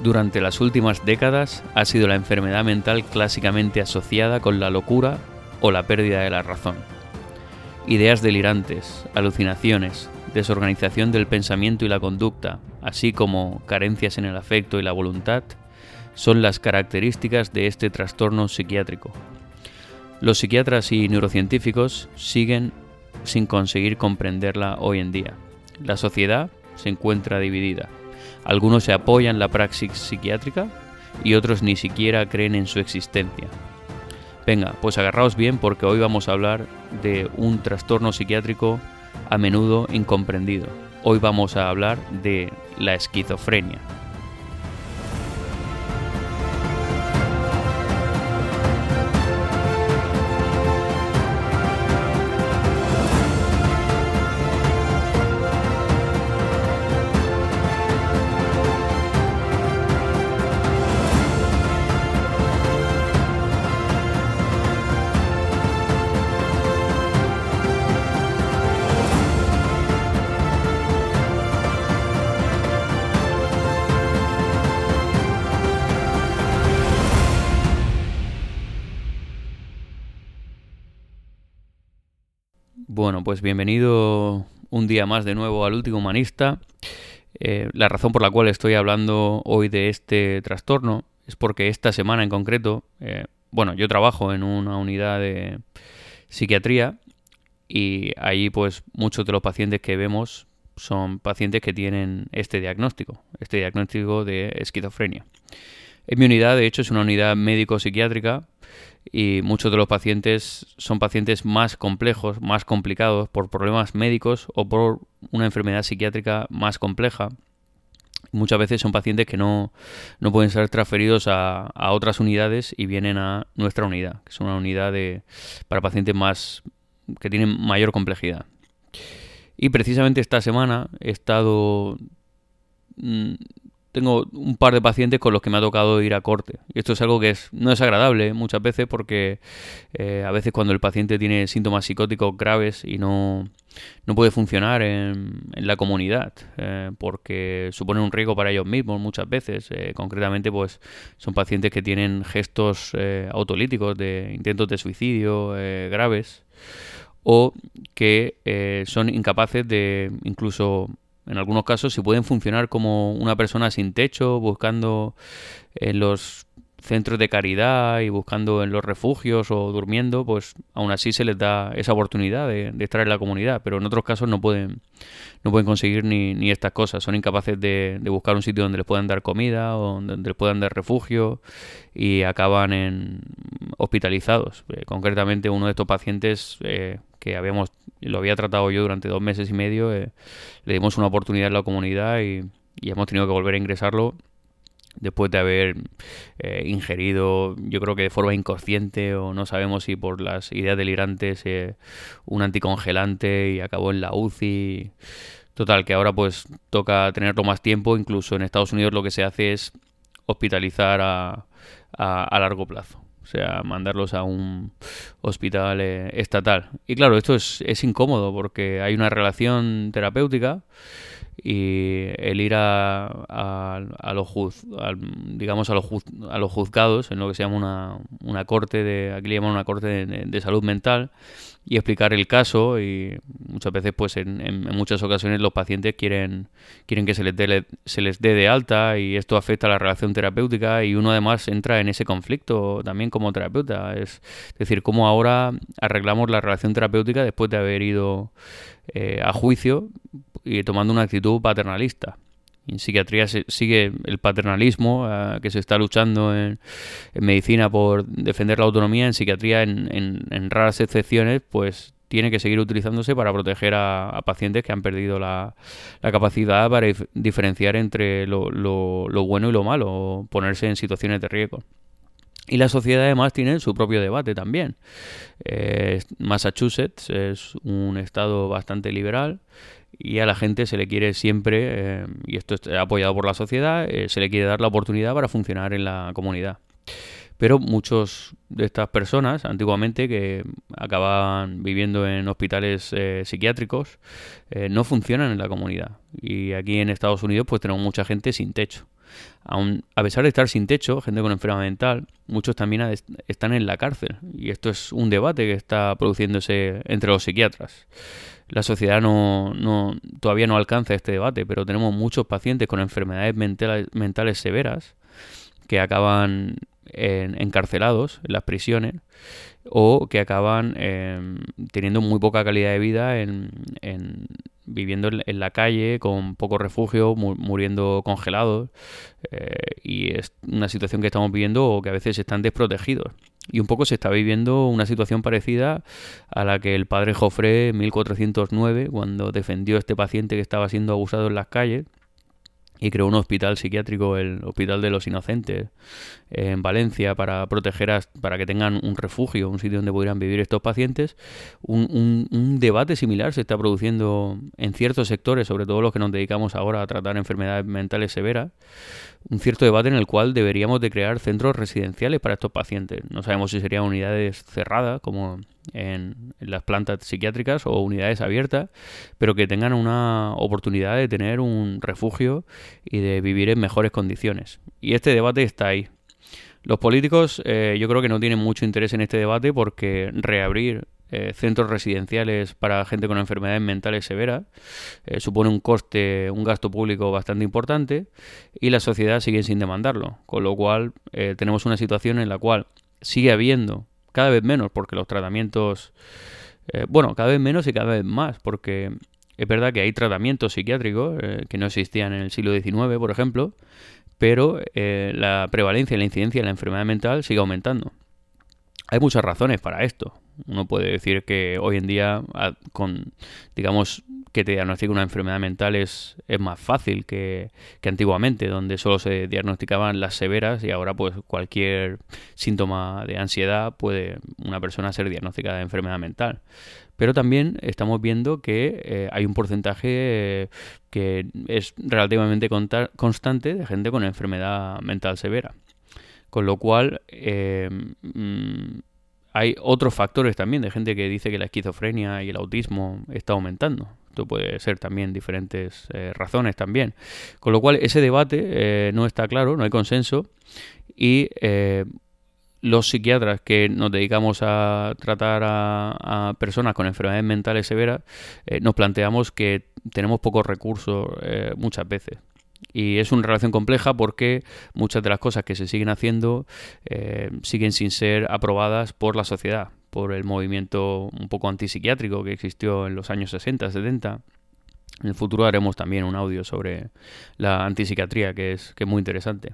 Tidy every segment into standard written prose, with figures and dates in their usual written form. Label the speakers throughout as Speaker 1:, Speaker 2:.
Speaker 1: Durante las últimas décadas ha sido la enfermedad mental clásicamente asociada con la locura o la pérdida de la razón. Ideas delirantes, alucinaciones, desorganización del pensamiento y la conducta, así como carencias en el afecto y la voluntad, son las características de este trastorno psiquiátrico. Los psiquiatras y neurocientíficos siguen sin conseguir comprenderla hoy en día. La sociedad se encuentra dividida. Algunos se apoyan la praxis psiquiátrica y otros ni siquiera creen en su existencia. Venga, pues agarraos bien porque hoy vamos a hablar de un trastorno psiquiátrico a menudo incomprendido. Hoy vamos a hablar de la esquizofrenia. Bueno, pues bienvenido un día más de nuevo al Último Humanista. La razón por la cual estoy hablando hoy de este trastorno es porque esta semana en concreto, yo trabajo en una unidad de psiquiatría y ahí pues muchos de los pacientes que vemos son pacientes que tienen este diagnóstico de esquizofrenia. En mi unidad, de hecho, es una unidad médico-psiquiátrica y muchos de los pacientes son pacientes más complejos, más complicados por problemas médicos o por una enfermedad psiquiátrica más compleja. Muchas veces son pacientes que no pueden ser transferidos a otras unidades y vienen a nuestra unidad, que es una unidad para pacientes que tienen mayor complejidad. Y precisamente esta semana tengo un par de pacientes con los que me ha tocado ir a corte. Y esto es algo que no es agradable muchas veces porque a veces cuando el paciente tiene síntomas psicóticos graves y no puede funcionar en la comunidad porque supone un riesgo para ellos mismos muchas veces. Concretamente pues son pacientes que tienen gestos autolíticos de intentos de suicidio graves o que son incapaces de incluso... En algunos casos, si pueden funcionar como una persona sin techo, buscando en los centros de caridad y buscando en los refugios o durmiendo, pues aún así se les da esa oportunidad de estar en la comunidad. Pero en otros casos no pueden conseguir ni estas cosas. Son incapaces de buscar un sitio donde les puedan dar comida o donde les puedan dar refugio y acaban hospitalizados. Concretamente, uno de estos pacientes que lo había tratado yo durante 2 meses y medio, le dimos una oportunidad en la comunidad y hemos tenido que volver a ingresarlo después de haber ingerido, yo creo que de forma inconsciente o no sabemos si por las ideas delirantes, un anticongelante y acabó en la UCI. Total, que ahora pues toca tenerlo más tiempo. Incluso en Estados Unidos lo que se hace es hospitalizar a largo plazo. O sea, mandarlos a un hospital estatal. Y claro, esto es incómodo porque hay una relación terapéutica y el ir a los juzgados, en lo que se llama una corte aquí le llaman una corte de salud mental, y explicar el caso. Y muchas veces pues en muchas ocasiones los pacientes quieren que se les dé de alta, y esto afecta a la relación terapéutica y uno además entra en ese conflicto también como terapeuta. Es decir, cómo ahora arreglamos la relación terapéutica después de haber ido a juicio y tomando una actitud paternalista. En psiquiatría sigue el paternalismo que se está luchando en medicina por defender la autonomía. En psiquiatría, en raras excepciones, pues tiene que seguir utilizándose para proteger a pacientes que han perdido la capacidad para diferenciar entre lo bueno y lo malo, o ponerse en situaciones de riesgo. Y la sociedad además tiene su propio debate también. Massachusetts es un estado bastante liberal y a la gente se le quiere siempre, y esto es apoyado por la sociedad, se le quiere dar la oportunidad para funcionar en la comunidad. Pero muchos de estas personas, antiguamente, que acababan viviendo en hospitales psiquiátricos, no funcionan en la comunidad. Y aquí en Estados Unidos pues tenemos mucha gente sin techo. A pesar de estar sin techo, gente con enfermedad mental, muchos también están en la cárcel. Y esto es un debate que está produciéndose entre los psiquiatras. La sociedad todavía no alcanza este debate, pero tenemos muchos pacientes con enfermedades mentales severas que acaban encarcelados en las prisiones o que acaban teniendo muy poca calidad de vida viviendo en la calle con poco refugio, muriendo congelados, y es una situación que estamos viviendo o que a veces están desprotegidos. Y un poco se está viviendo una situación parecida a la que el padre Jofré en 1409, cuando defendió a este paciente que estaba siendo abusado en las calles, y creó un hospital psiquiátrico, el Hospital de los Inocentes, en Valencia, para para que tengan un refugio, un sitio donde pudieran vivir estos pacientes. Un debate similar se está produciendo en ciertos sectores, sobre todo los que nos dedicamos ahora a tratar enfermedades mentales severas. Un cierto debate en el cual deberíamos de crear centros residenciales para estos pacientes. No sabemos si serían unidades cerradas, como en las plantas psiquiátricas, o unidades abiertas, pero que tengan una oportunidad de tener un refugio y de vivir en mejores condiciones. Y este debate está ahí. Los políticos yo creo que no tienen mucho interés en este debate, porque reabrir centros residenciales para gente con enfermedades mentales severas supone un gasto público bastante importante, y la sociedad sigue sin demandarlo, con lo cual tenemos una situación en la cual sigue habiendo cada vez menos, porque los tratamientos, cada vez menos y cada vez más, porque es verdad que hay tratamientos psiquiátricos que no existían en el siglo XIX, por ejemplo, pero la prevalencia y la incidencia de la enfermedad mental sigue aumentando. Hay muchas razones para esto. Uno puede decir que hoy en día, digamos, que te diagnostique una enfermedad mental es más fácil que antiguamente, donde solo se diagnosticaban las severas, y ahora pues cualquier síntoma de ansiedad puede una persona ser diagnosticada de enfermedad mental. Pero también estamos viendo que hay un porcentaje que es relativamente constante de gente con enfermedad mental severa. Con lo cual hay otros factores también de gente que dice que la esquizofrenia y el autismo está aumentando. Esto puede ser también diferentes razones también. Con lo cual ese debate no está claro, no hay consenso, y los psiquiatras que nos dedicamos a tratar a personas con enfermedades mentales severas nos planteamos que tenemos pocos recursos muchas veces. Y es una relación compleja, porque muchas de las cosas que se siguen haciendo siguen sin ser aprobadas por la sociedad, por el movimiento un poco antipsiquiátrico que existió en los años 60, 70. En el futuro haremos también un audio sobre la antipsiquiatría, que es muy interesante.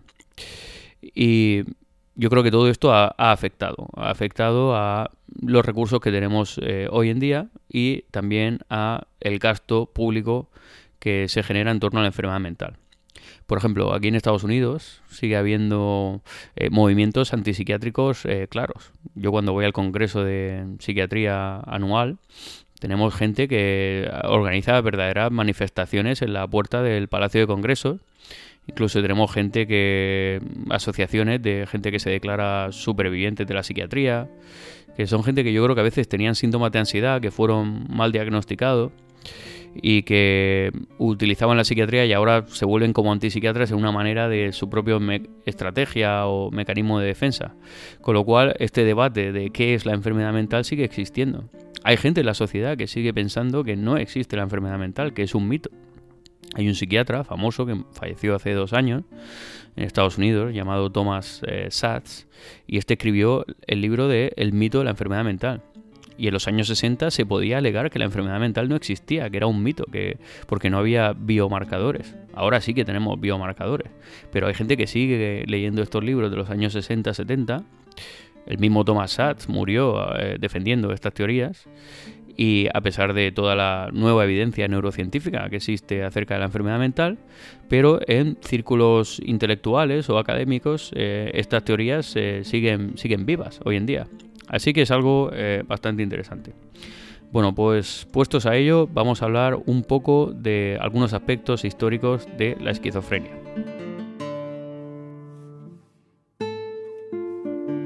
Speaker 1: Y yo creo que todo esto ha afectado a los recursos que tenemos hoy en día, y también a el gasto público que se genera en torno a la enfermedad mental. Por ejemplo, aquí en Estados Unidos sigue habiendo movimientos antipsiquiátricos claros. Yo cuando voy al Congreso de Psiquiatría anual, tenemos gente que organiza verdaderas manifestaciones en la puerta del Palacio de Congresos. Incluso tenemos asociaciones de gente que se declara supervivientes de la psiquiatría, que son gente que yo creo que a veces tenían síntomas de ansiedad que fueron mal diagnosticados y que utilizaban la psiquiatría, y ahora se vuelven como antipsiquiatras en una manera de su propia estrategia o mecanismo de defensa. Con lo cual este debate de qué es la enfermedad mental sigue existiendo. Hay gente en la sociedad que sigue pensando que no existe la enfermedad mental, que es un mito. Hay un psiquiatra famoso que falleció hace 2 años en Estados Unidos, llamado Thomas Szasz, y este escribió el libro de El mito de la enfermedad mental. Y en los años 60 se podía alegar que la enfermedad mental no existía, que era un mito, porque no había biomarcadores. Ahora sí que tenemos biomarcadores, pero hay gente que sigue leyendo estos libros de los años 60, 70. El mismo Thomas Szasz murió defendiendo estas teorías, y a pesar de toda la nueva evidencia neurocientífica que existe acerca de la enfermedad mental, pero en círculos intelectuales o académicos estas teorías siguen vivas hoy en día. Así que es algo bastante interesante. Bueno, pues puestos a ello, vamos a hablar un poco de algunos aspectos históricos de la esquizofrenia.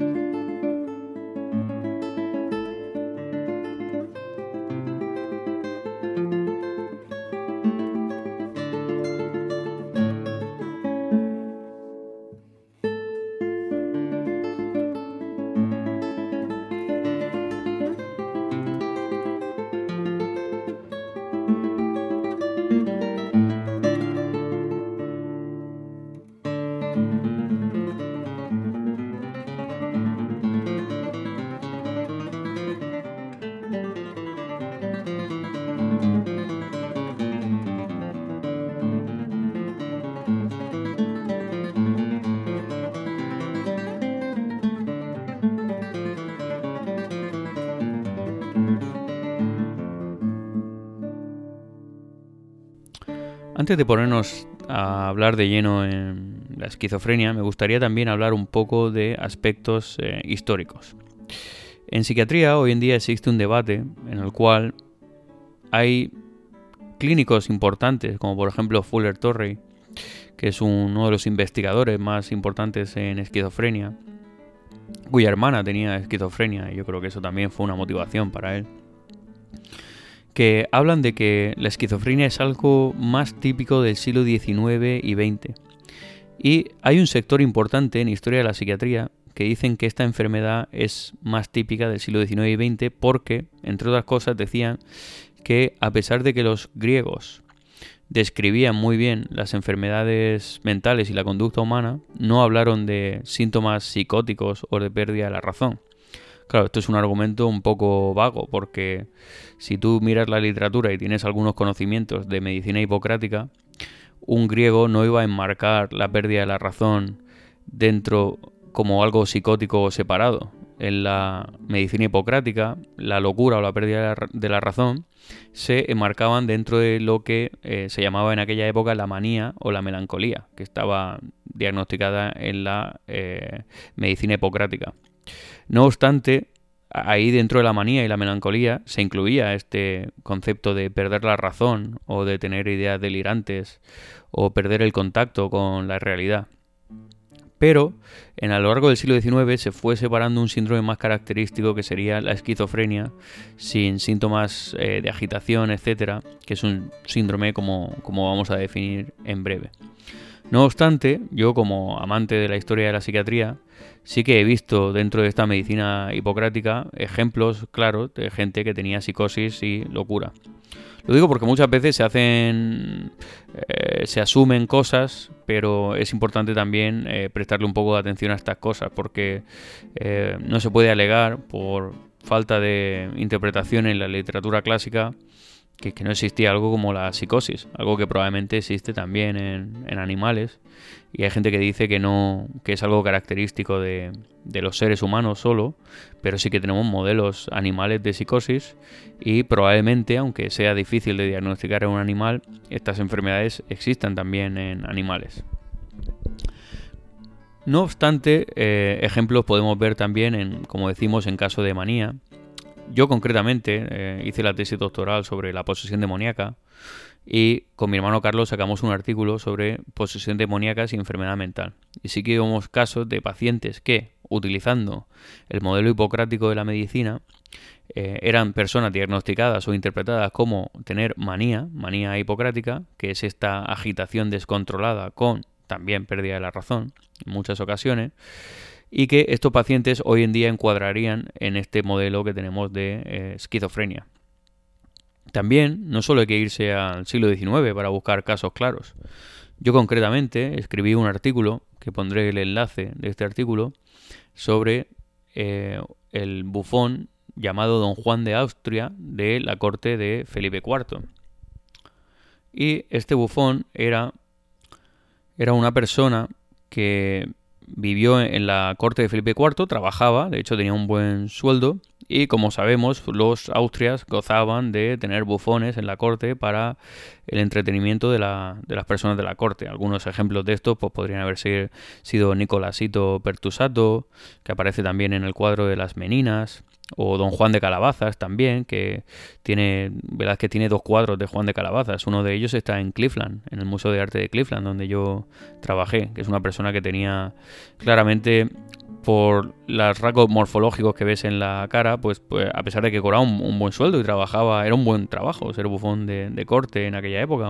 Speaker 1: Antes de ponernos a hablar de lleno en la esquizofrenia, me gustaría también hablar un poco de aspectos históricos. En psiquiatría hoy en día existe un debate en el cual hay clínicos importantes, como por ejemplo Fuller Torrey, que es uno de los investigadores más importantes en esquizofrenia, cuya hermana tenía esquizofrenia, y yo creo que eso también fue una motivación para él, que hablan de que la esquizofrenia es algo más típico del siglo XIX y XX. Y hay un sector importante en historia de la psiquiatría que dicen que esta enfermedad es más típica del siglo XIX y XX porque, entre otras cosas, decían que a pesar de que los griegos describían muy bien las enfermedades mentales y la conducta humana, no hablaron de síntomas psicóticos o de pérdida de la razón. Claro, esto es un argumento un poco vago, porque si tú miras la literatura y tienes algunos conocimientos de medicina hipocrática, un griego no iba a enmarcar la pérdida de la razón dentro como algo psicótico o separado. En la medicina hipocrática, la locura o la pérdida de la razón se enmarcaban dentro de lo que se llamaba en aquella época la manía o la melancolía, que estaba diagnosticada en la medicina hipocrática. No obstante, ahí dentro de la manía y la melancolía se incluía este concepto de perder la razón o de tener ideas delirantes o perder el contacto con la realidad. Pero a lo largo del siglo XIX se fue separando un síndrome más característico que sería la esquizofrenia, sin síntomas de agitación, etcétera, que es un síndrome como vamos a definir en breve. No obstante, yo como amante de la historia de la psiquiatría, sí que he visto dentro de esta medicina hipocrática ejemplos claros de gente que tenía psicosis y locura. Lo digo porque muchas veces se asumen cosas, pero es importante también prestarle un poco de atención a estas cosas, porque no se puede alegar por falta de interpretación en la literatura clásica que no existía algo como la psicosis, algo que probablemente existe también en animales, y hay gente que dice que no, que es algo característico de los seres humanos solo, pero sí que tenemos modelos animales de psicosis y probablemente, aunque sea difícil de diagnosticar en un animal, estas enfermedades existan también en animales. No obstante, ejemplos podemos ver también, como decimos, en caso de manía. Yo concretamente hice la tesis doctoral sobre la posesión demoníaca y con mi hermano Carlos sacamos un artículo sobre posesión demoníaca y enfermedad mental. Y sí que vimos casos de pacientes que, utilizando el modelo hipocrático de la medicina, eran personas diagnosticadas o interpretadas como tener manía hipocrática, que es esta agitación descontrolada con también pérdida de la razón en muchas ocasiones, y que estos pacientes hoy en día encuadrarían en este modelo que tenemos de esquizofrenia. También no solo hay que irse al siglo XIX para buscar casos claros. Yo concretamente escribí un artículo, que pondré el enlace de este artículo, sobre el bufón llamado Don Juan de Austria de la corte de Felipe IV. Y este bufón era una persona que vivió en la corte de Felipe IV, trabajaba, de hecho tenía un buen sueldo, y como sabemos, los austrias gozaban de tener bufones en la corte para el entretenimiento de las personas de la corte. Algunos ejemplos de estos pues, podrían haber sido Nicolasito Pertusato, que aparece también en el cuadro de las Meninas, o Don Juan de Calabazas también, que tiene 2 cuadros de Juan de Calabazas. Uno de ellos está en Cleveland, en el Museo de Arte de Cleveland, donde yo trabajé, que es una persona que tenía claramente, por los rasgos morfológicos que ves en la cara, pues a pesar de que cobraba un buen sueldo y trabajaba, era un buen trabajo ser bufón de corte en aquella época.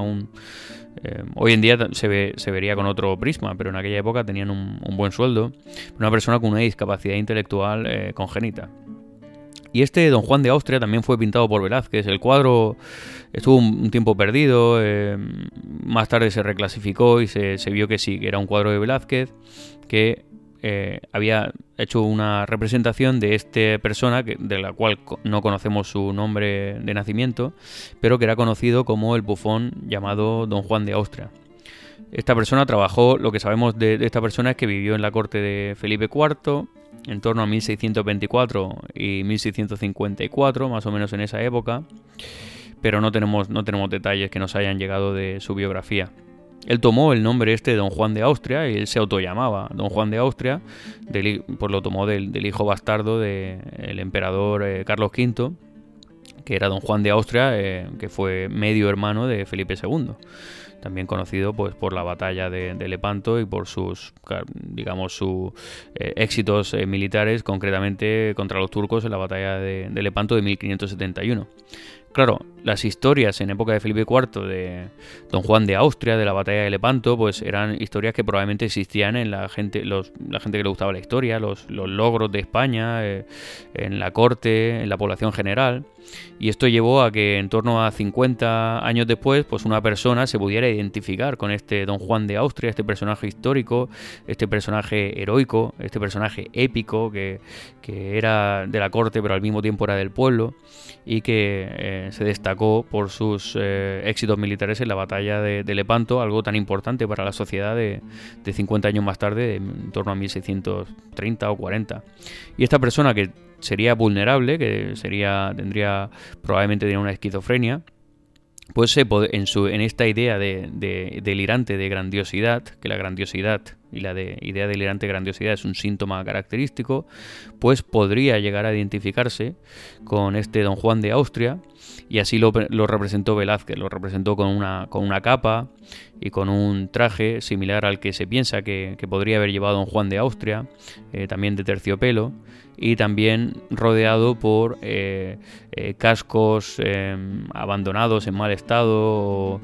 Speaker 1: Hoy en día se vería con otro prisma, pero en aquella época tenían un buen sueldo. Una persona con una discapacidad intelectual congénita. Y este Don Juan de Austria también fue pintado por Velázquez. El cuadro estuvo un tiempo perdido, más tarde se reclasificó y se vio que sí, que era un cuadro de Velázquez, que había hecho una representación de esta persona, de la cual no conocemos su nombre de nacimiento, pero que era conocido como el bufón llamado Don Juan de Austria. Esta persona trabajó, lo que sabemos de esta persona es que vivió en la corte de Felipe IV, en torno a 1624 y 1654, más o menos en esa época, pero no tenemos detalles que nos hayan llegado de su biografía. Él tomó el nombre de Don Juan de Austria y él se autollamaba Don Juan de Austria, pues lo tomó del hijo bastardo del emperador Carlos V, que era Don Juan de Austria, que fue medio hermano de Felipe II. También conocido pues por la batalla de Lepanto y por sus éxitos militares, concretamente contra los turcos en la batalla de Lepanto de 1571. Claro, las historias en época de Felipe IV de Don Juan de Austria, de la batalla de Lepanto, pues eran historias que probablemente existían en la gente que le gustaba la historia, los logros de España, en la corte, en la población general. Y esto llevó a que en torno a 50 años después, pues una persona se pudiera identificar con este Don Juan de Austria, este personaje histórico, este personaje heroico, este personaje épico que era de la corte pero al mismo tiempo era del pueblo y que se destacó por sus éxitos militares en la batalla de Lepanto, algo tan importante para la sociedad de 50 años más tarde, en torno a 1630 o 40. Y esta persona que sería vulnerable, que probablemente tenía una esquizofrenia, pues en esta idea de delirante de grandiosidad, que la grandiosidad y la idea delirante de grandiosidad es un síntoma característico, pues podría llegar a identificarse con este Don Juan de Austria, y así lo representó Velázquez, lo representó con una capa y con un traje similar al que se piensa que podría haber llevado Don Juan de Austria, también de terciopelo, y también rodeado por cascos abandonados en mal estado,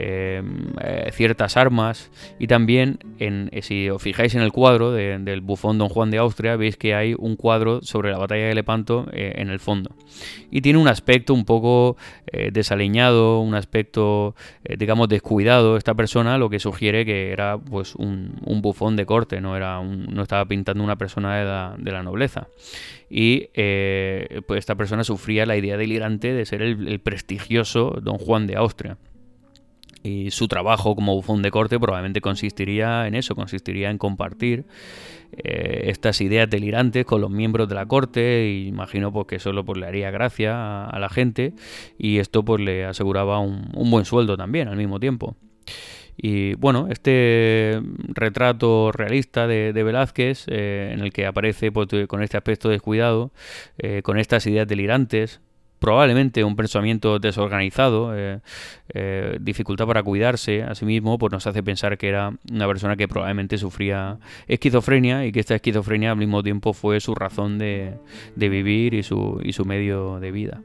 Speaker 1: ciertas armas, y también si os fijáis en el cuadro del bufón Don Juan de Austria, veis que hay un cuadro sobre la batalla de Lepanto en el fondo, y tiene un aspecto un poco desaliñado, un aspecto digamos descuidado esta persona, lo que sugiere que era pues un bufón de corte, no estaba pintando una persona de la nobleza. Y pues esta persona sufría la idea delirante de ser el prestigioso Don Juan de Austria. Y su trabajo como bufón de corte probablemente consistiría en eso, consistiría en compartir estas ideas delirantes con los miembros de la corte, y imagino pues que eso pues, le haría gracia a la gente, y esto pues le aseguraba un buen sueldo también al mismo tiempo. Y bueno, este retrato realista de Velázquez, en el que aparece pues, con este aspecto descuidado, con estas ideas delirantes, probablemente un pensamiento desorganizado, dificultad para cuidarse a sí mismo, pues nos hace pensar que era una persona que probablemente sufría esquizofrenia, y que esta esquizofrenia al mismo tiempo fue su razón de vivir y su medio de vida.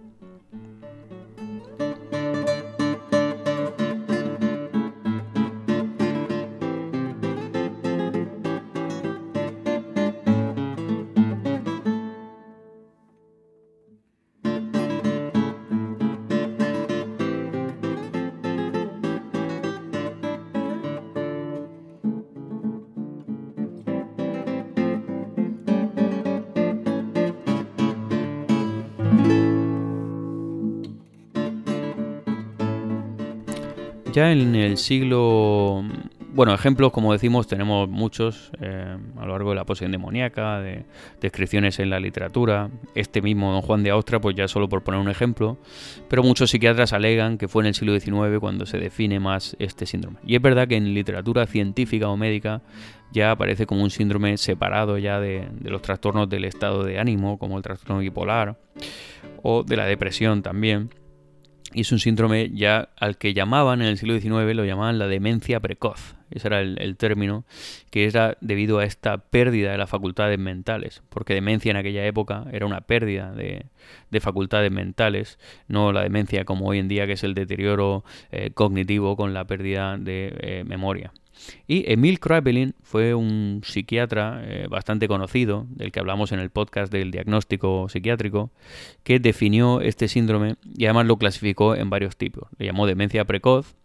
Speaker 1: Ya en el siglo... Bueno, ejemplos, como decimos, tenemos muchos a lo largo de la posesión demoníaca, de descripciones en la literatura. Este mismo Don Juan de Austria, pues ya solo por poner un ejemplo, pero muchos psiquiatras alegan que fue en el siglo XIX cuando se define más este síndrome. Y es verdad que en literatura científica o médica ya aparece como un síndrome separado ya de los trastornos del estado de ánimo, como el trastorno bipolar o de la depresión también. Y es un síndrome ya al que llamaban en el siglo XIX, lo llamaban la demencia precoz. Ese era el término, que era debido a esta pérdida de las facultades mentales. Porque demencia en aquella época era una pérdida de facultades mentales, no la demencia como hoy en día, que es el deterioro cognitivo con la pérdida de memoria. Y Emil Kraepelin fue un psiquiatra bastante conocido, del que hablamos en el podcast del diagnóstico psiquiátrico, que definió este síndrome y además lo clasificó en varios tipos. Le llamó demencia precoz,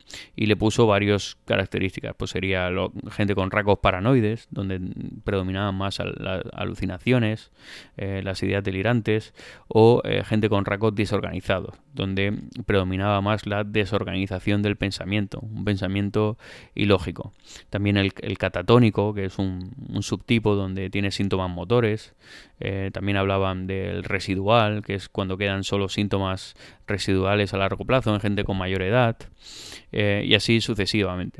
Speaker 1: y le puso varias características. Pues sería gente con rasgos paranoides, donde predominaban más las alucinaciones, las ideas delirantes, o gente con rasgos desorganizados, donde predominaba más la desorganización del pensamiento, un pensamiento ilógico. También el catatónico, que es un subtipo donde tiene síntomas motores. También hablaban del residual, que es cuando quedan solo síntomas residuales a largo plazo en gente con mayor edad, y así sucesivamente.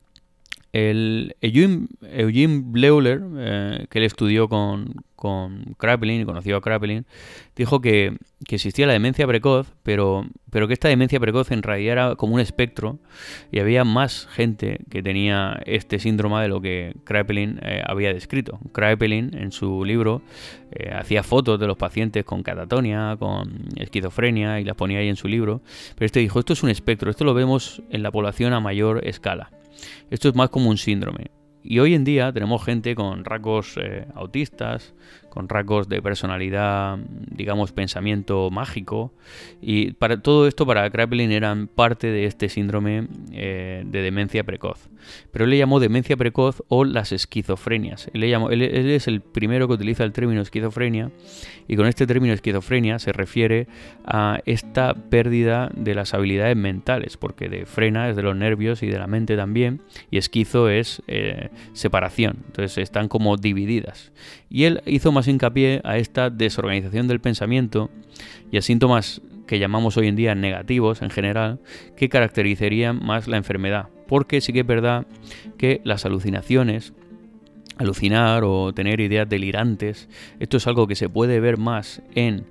Speaker 1: Eugene Bleuler, que él estudió con Kraepelin y conoció a Kraepelin, dijo que existía la demencia precoz, pero que esta demencia precoz en realidad era como un espectro y había más gente que tenía este síndrome de lo que Kraepelin había descrito. Kraepelin, en su libro, hacía fotos de los pacientes con catatonia, con esquizofrenia, y las ponía ahí en su libro, pero este dijo, esto es un espectro, esto lo vemos en la población a mayor escala. Esto es más como un síndrome. Y hoy en día tenemos gente con rasgos autistas, con rasgos de personalidad, digamos, pensamiento mágico. Y para todo esto, para Kraepelin, eran parte de este síndrome de demencia precoz. Pero él le llamó demencia precoz o las esquizofrenias. Él es el primero que utiliza el término esquizofrenia. Y con este término esquizofrenia se refiere a esta pérdida de las habilidades mentales, porque de frena es de los nervios y de la mente también, y esquizo es separación, entonces están como divididas. Y él hizo más hincapié a esta desorganización del pensamiento y a síntomas que llamamos hoy en día negativos en general, que caracterizarían más la enfermedad, porque sí que es verdad que las alucinaciones, alucinar o tener ideas delirantes, esto es algo que se puede ver más en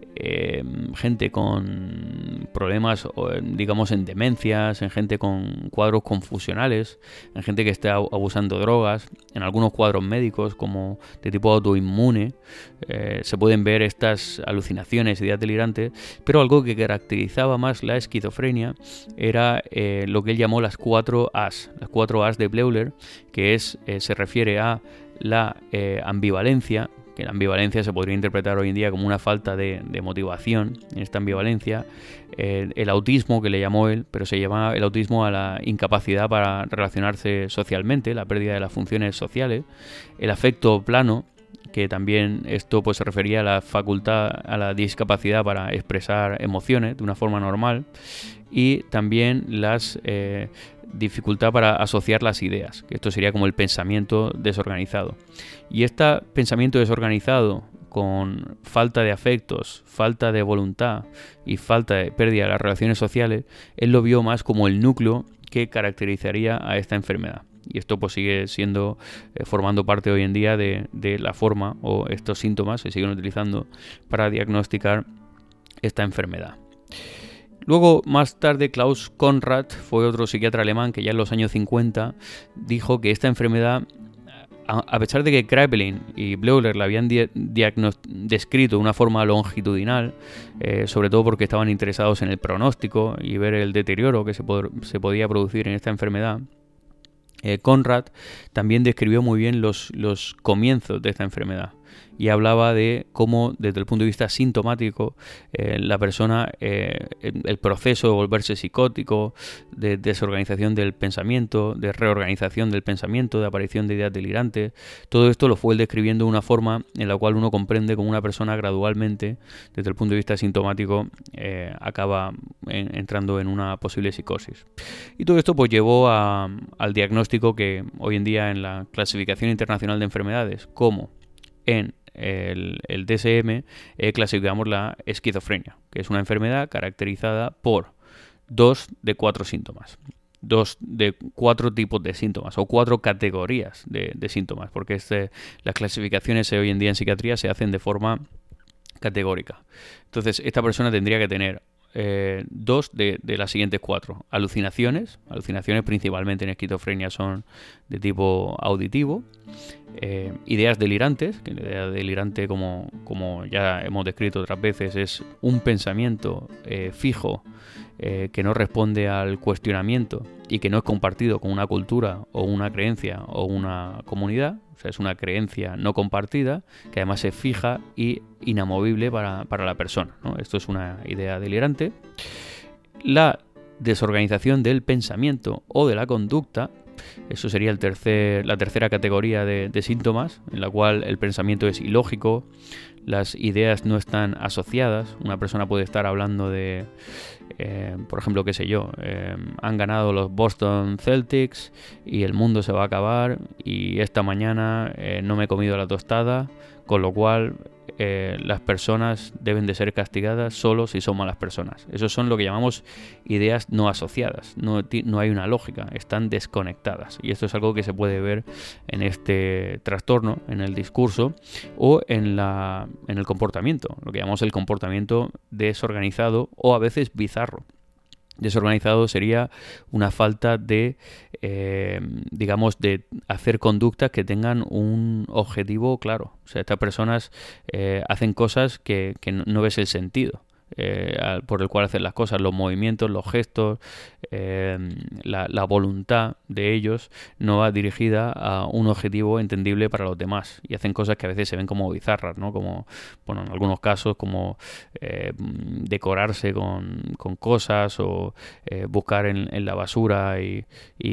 Speaker 1: gente con problemas, digamos, en demencias, en gente con cuadros confusionales, en gente que está abusando de drogas, en algunos cuadros médicos como de tipo autoinmune, se pueden ver estas alucinaciones, ideas delirantes, pero algo que caracterizaba más la esquizofrenia era lo que él llamó las 4 As, las 4 As de Bleuler, que se refiere a la ambivalencia, que la ambivalencia se podría interpretar hoy en día como una falta de motivación en esta ambivalencia, el autismo, que le llamó él, pero se llama el autismo a la incapacidad para relacionarse socialmente, la pérdida de las funciones sociales, el afecto plano, que también esto pues se refería a la facultad, a la discapacidad para expresar emociones de una forma normal, y también las dificultad para asociar las ideas, que esto sería como el pensamiento desorganizado. Y este pensamiento desorganizado con falta de afectos, falta de voluntad y falta de pérdida de las relaciones sociales, él lo vio más como el núcleo que caracterizaría a esta enfermedad. Y esto pues sigue siendo, formando parte hoy en día de la forma, o estos síntomas se siguen utilizando para diagnosticar esta enfermedad. Luego, más tarde, Klaus Conrad fue otro psiquiatra alemán que ya en los años 50 dijo que esta enfermedad, a pesar de que Kraepelin y Bleuler la habían descrito de una forma longitudinal, sobre todo porque estaban interesados en el pronóstico y ver el deterioro que se podía producir en esta enfermedad, Conrad también describió muy bien los comienzos de esta enfermedad y hablaba de cómo, desde el punto de vista sintomático, la persona, el proceso de volverse psicótico, de desorganización del pensamiento, de reorganización del pensamiento, de aparición de ideas delirantes, todo esto lo fue él describiendo de una forma en la cual uno comprende cómo una persona gradualmente, desde el punto de vista sintomático, acaba entrando en una posible psicosis. Y todo esto pues llevó al diagnóstico que hoy en día en la clasificación internacional de enfermedades, como en el DSM, clasificamos la esquizofrenia, que es una enfermedad caracterizada por 2 de 4 síntomas. 2 de 4 tipos de síntomas o 4 categorías de síntomas, porque las clasificaciones hoy en día en psiquiatría se hacen de forma categórica. Entonces, esta persona tendría que tener 2 de las siguientes 4. Alucinaciones principalmente en esquizofrenia son de tipo auditivo. Ideas delirantes, que la idea delirante, como ya hemos descrito otras veces, es un pensamiento fijo que no responde al cuestionamiento y que no es compartido con una cultura o una creencia o una comunidad. O sea, es una creencia no compartida que además es fija y inamovible para la persona, ¿no? Esto es una idea delirante. La desorganización del pensamiento o de la conducta. Eso sería la tercera categoría de síntomas, en la cual el pensamiento es ilógico, las ideas no están asociadas. Una persona puede estar hablando de, por ejemplo, qué sé yo, han ganado los Boston Celtics y el mundo se va a acabar y esta mañana no me he comido la tostada, con lo cual las personas deben de ser castigadas solo si son malas personas. Esos son lo que llamamos ideas no asociadas, no hay una lógica, están desconectadas. Y esto es algo que se puede ver en este trastorno, en el discurso o en el comportamiento, lo que llamamos el comportamiento desorganizado o a veces bizarro. Desorganizado sería una falta de, digamos, de hacer conductas que tengan un objetivo claro. O sea, estas personas hacen cosas que no ves el sentido por el cual hacen las cosas, los movimientos, los gestos, la voluntad de ellos no va dirigida a un objetivo entendible para los demás y hacen cosas que a veces se ven como bizarras, ¿no? Como, bueno, en algunos casos como decorarse con cosas o buscar en la basura y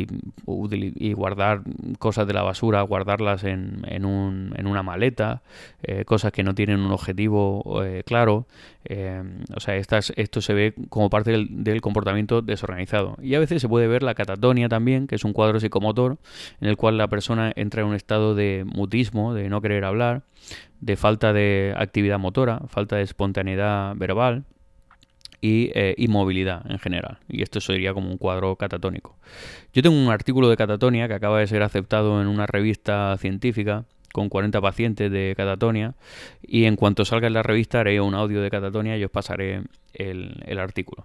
Speaker 1: guardar cosas de la basura, guardarlas en una maleta, cosas que no tienen un objetivo claro. O sea, esto se ve como parte del comportamiento desorganizado. Y a veces se puede ver la catatonia también, que es un cuadro psicomotor en el cual la persona entra en un estado de mutismo, de no querer hablar, de falta de actividad motora, falta de espontaneidad verbal y inmovilidad en general. Y esto sería como un cuadro catatónico. Yo tengo un artículo de catatonia que acaba de ser aceptado en una revista científica con 40 pacientes de catatonia, y en cuanto salga en la revista haré un audio de catatonia y os pasaré el artículo.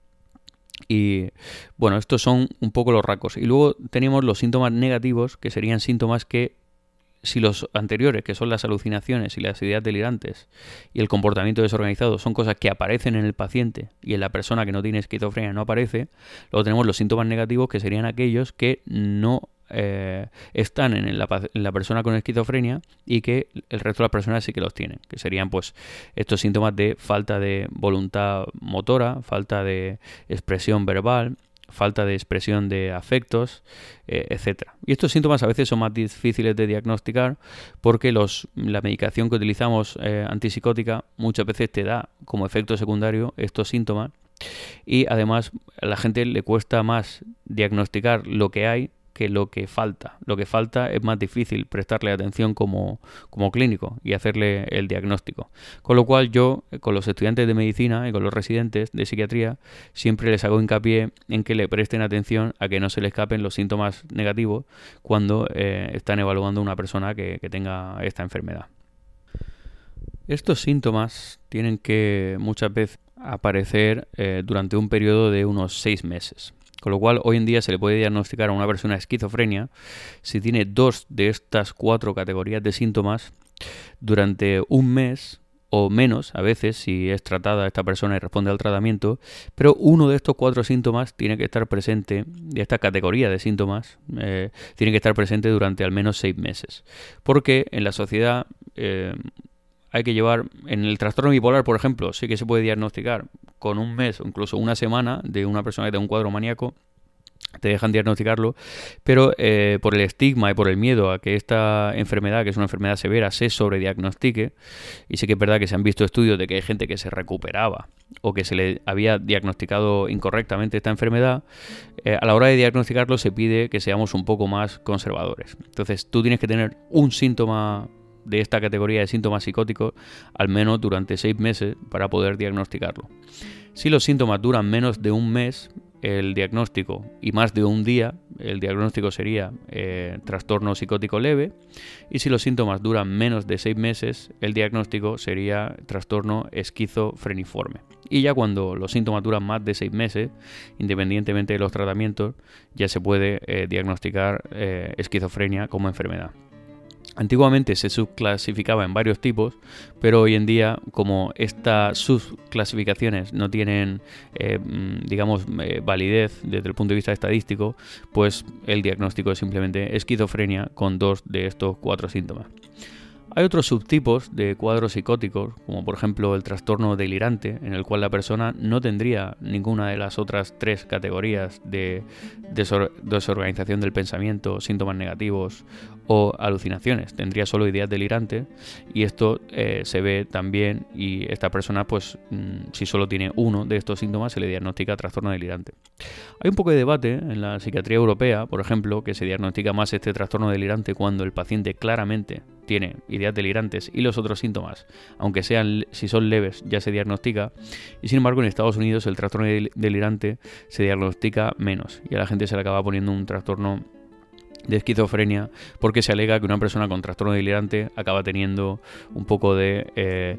Speaker 1: Y bueno, estos son un poco los rasgos. Y luego tenemos los síntomas negativos, que serían síntomas que, si los anteriores, que son las alucinaciones y las ideas delirantes y el comportamiento desorganizado, son cosas que aparecen en el paciente y en la persona que no tiene esquizofrenia no aparece, luego tenemos los síntomas negativos, que serían aquellos que no están en la persona con esquizofrenia y que el resto de las personas sí que los tienen, que serían pues estos síntomas de falta de voluntad motora, falta de expresión verbal, falta de expresión de afectos, etcétera. Y estos síntomas a veces son más difíciles de diagnosticar porque la medicación que utilizamos antipsicótica muchas veces te da como efecto secundario estos síntomas, y además a la gente le cuesta más diagnosticar lo que hay que lo que falta. Lo que falta es más difícil prestarle atención como clínico y hacerle el diagnóstico. Con lo cual yo, con los estudiantes de medicina y con los residentes de psiquiatría, siempre les hago hincapié en que le presten atención a que no se le escapen los síntomas negativos cuando están evaluando a una persona que tenga esta enfermedad. Estos síntomas tienen que muchas veces aparecer durante un periodo de unos 6 meses. Con lo cual, hoy en día se le puede diagnosticar a una persona esquizofrenia si tiene 2 de estas 4 categorías de síntomas durante un mes o menos, a veces, si es tratada esta persona y responde al tratamiento, pero uno de estos 4 síntomas tiene que estar presente, de esta categoría de síntomas, tiene que estar presente durante al menos 6 meses. Porque en la sociedad hay que llevar, en el trastorno bipolar, por ejemplo, sí que se puede diagnosticar con un mes o incluso una semana de una persona que tenga un cuadro maníaco, te dejan diagnosticarlo, pero por el estigma y por el miedo a que esta enfermedad, que es una enfermedad severa, se sobrediagnostique, y sí que es verdad que se han visto estudios de que hay gente que se recuperaba o que se le había diagnosticado incorrectamente esta enfermedad, a la hora de diagnosticarlo se pide que seamos un poco más conservadores. Entonces tú tienes que tener un síntoma de esta categoría de síntomas psicóticos al menos durante 6 meses para poder diagnosticarlo. Si los síntomas duran menos de un mes, el diagnóstico, y más de un día, el diagnóstico sería trastorno psicótico leve, y si los síntomas duran menos de 6 meses, el diagnóstico sería trastorno esquizofreniforme. Y ya cuando los síntomas duran más de 6 meses, independientemente de los tratamientos, ya se puede diagnosticar esquizofrenia como enfermedad. Antiguamente se subclasificaba en varios tipos, pero hoy en día, como estas subclasificaciones no tienen, validez desde el punto de vista estadístico, pues el diagnóstico es simplemente esquizofrenia con 2 de estos 4 síntomas. Hay otros subtipos de cuadros psicóticos, como por ejemplo el trastorno delirante, en el cual la persona no tendría ninguna de las otras tres categorías de desorganización del pensamiento, síntomas negativos o alucinaciones. Tendría solo ideas delirantes, y esto se ve también, y esta persona, pues si solo tiene uno de estos síntomas, se le diagnostica trastorno delirante. Hay un poco de debate en la psiquiatría europea, por ejemplo, que se diagnostica más este trastorno delirante cuando el paciente claramente tiene ideas delirantes y los otros síntomas, aunque sean, si son leves, ya se diagnostica. Y sin embargo, en Estados Unidos el trastorno delirante se diagnostica menos, y a la gente se le acaba poniendo un trastorno de esquizofrenia, porque se alega que una persona con trastorno delirante acaba teniendo un poco de,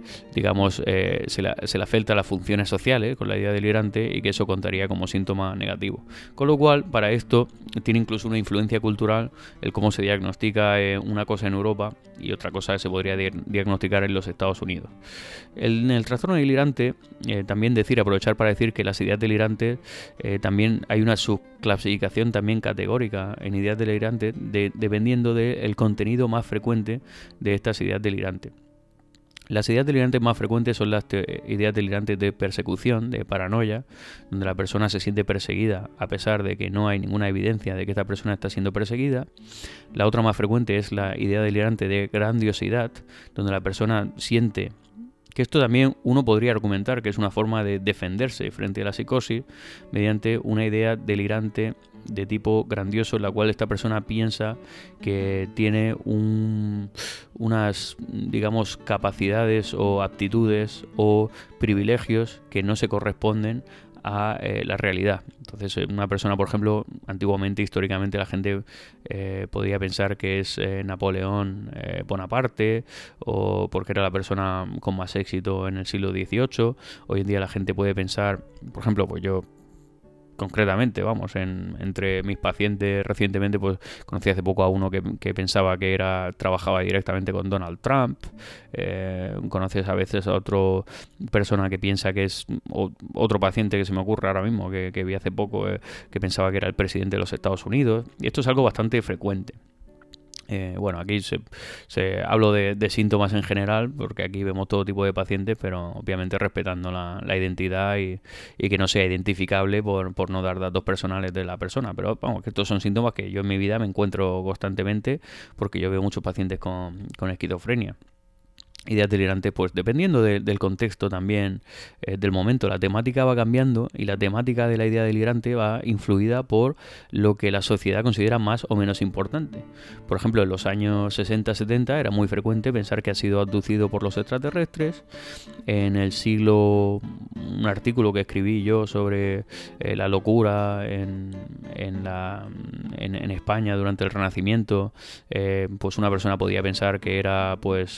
Speaker 1: se le afecta las funciones sociales con la idea delirante, y que eso contaría como síntoma negativo. Con lo cual, para esto tiene incluso una influencia cultural el cómo se diagnostica una cosa en Europa y otra cosa se podría diagnosticar en los Estados Unidos. En el trastorno delirante, también aprovechar para decir que las ideas delirantes, también hay una subclasificación también categórica en ideas delirantes, dependiendo del contenido más frecuente de estas ideas delirantes. Las ideas delirantes más frecuentes son las ideas delirantes de persecución, de paranoia, donde la persona se siente perseguida a pesar de que no hay ninguna evidencia de que esta persona está siendo perseguida. La otra más frecuente es la idea delirante de grandiosidad, donde la persona siente que esto también uno podría argumentar que es una forma de defenderse frente a la psicosis mediante una idea delirante de tipo grandioso, en la cual esta persona piensa que tiene unas, digamos, capacidades o aptitudes o privilegios que no se corresponden a la realidad. Entonces, una persona, por ejemplo, antiguamente, históricamente, la gente podía pensar que es Napoleón Bonaparte, o porque era la persona con más éxito en el siglo XVIII. Hoy en día la gente puede pensar, por ejemplo, pues yo concretamente, entre mis pacientes recientemente, pues conocí hace poco a uno que pensaba que trabajaba directamente con Donald Trump. Conoces a veces a otra persona que piensa que es otro paciente que se me ocurre ahora mismo, que vi hace poco, que pensaba que era el presidente de los Estados Unidos. Y esto es algo bastante frecuente. Aquí hablo de síntomas en general, porque aquí vemos todo tipo de pacientes, pero obviamente respetando la identidad y que no sea identificable por no dar datos personales de la persona. Pero vamos, que estos son síntomas que yo en mi vida me encuentro constantemente, porque yo veo muchos pacientes con esquizofrenia. Ideas delirantes, pues dependiendo del contexto también, del momento, la temática va cambiando, y la temática de la idea delirante va influida por lo que la sociedad considera más o menos importante. Por ejemplo, en los años 60-70 era muy frecuente pensar que ha sido abducido por los extraterrestres. En el siglo, un artículo que escribí yo sobre la locura en España durante el Renacimiento, pues una persona podía pensar que era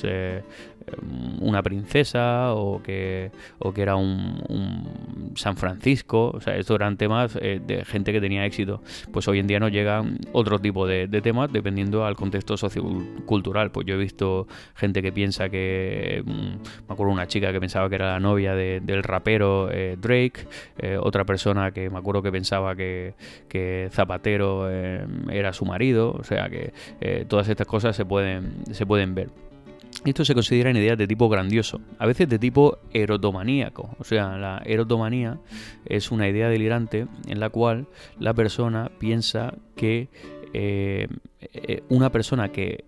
Speaker 1: una princesa, o que era un San Francisco. O sea, estos eran temas de gente que tenía éxito. Pues hoy en día nos llegan otro tipo de temas dependiendo al contexto sociocultural. Pues yo he visto gente que piensa que, me acuerdo una chica que pensaba que era la novia del rapero Drake, otra persona que me acuerdo que pensaba que Zapatero era su marido. O sea que todas estas cosas se pueden ver. Esto se considera en ideas de tipo grandioso, a veces de tipo erotomaníaco. O sea, la erotomanía es una idea delirante en la cual la persona piensa que una persona que...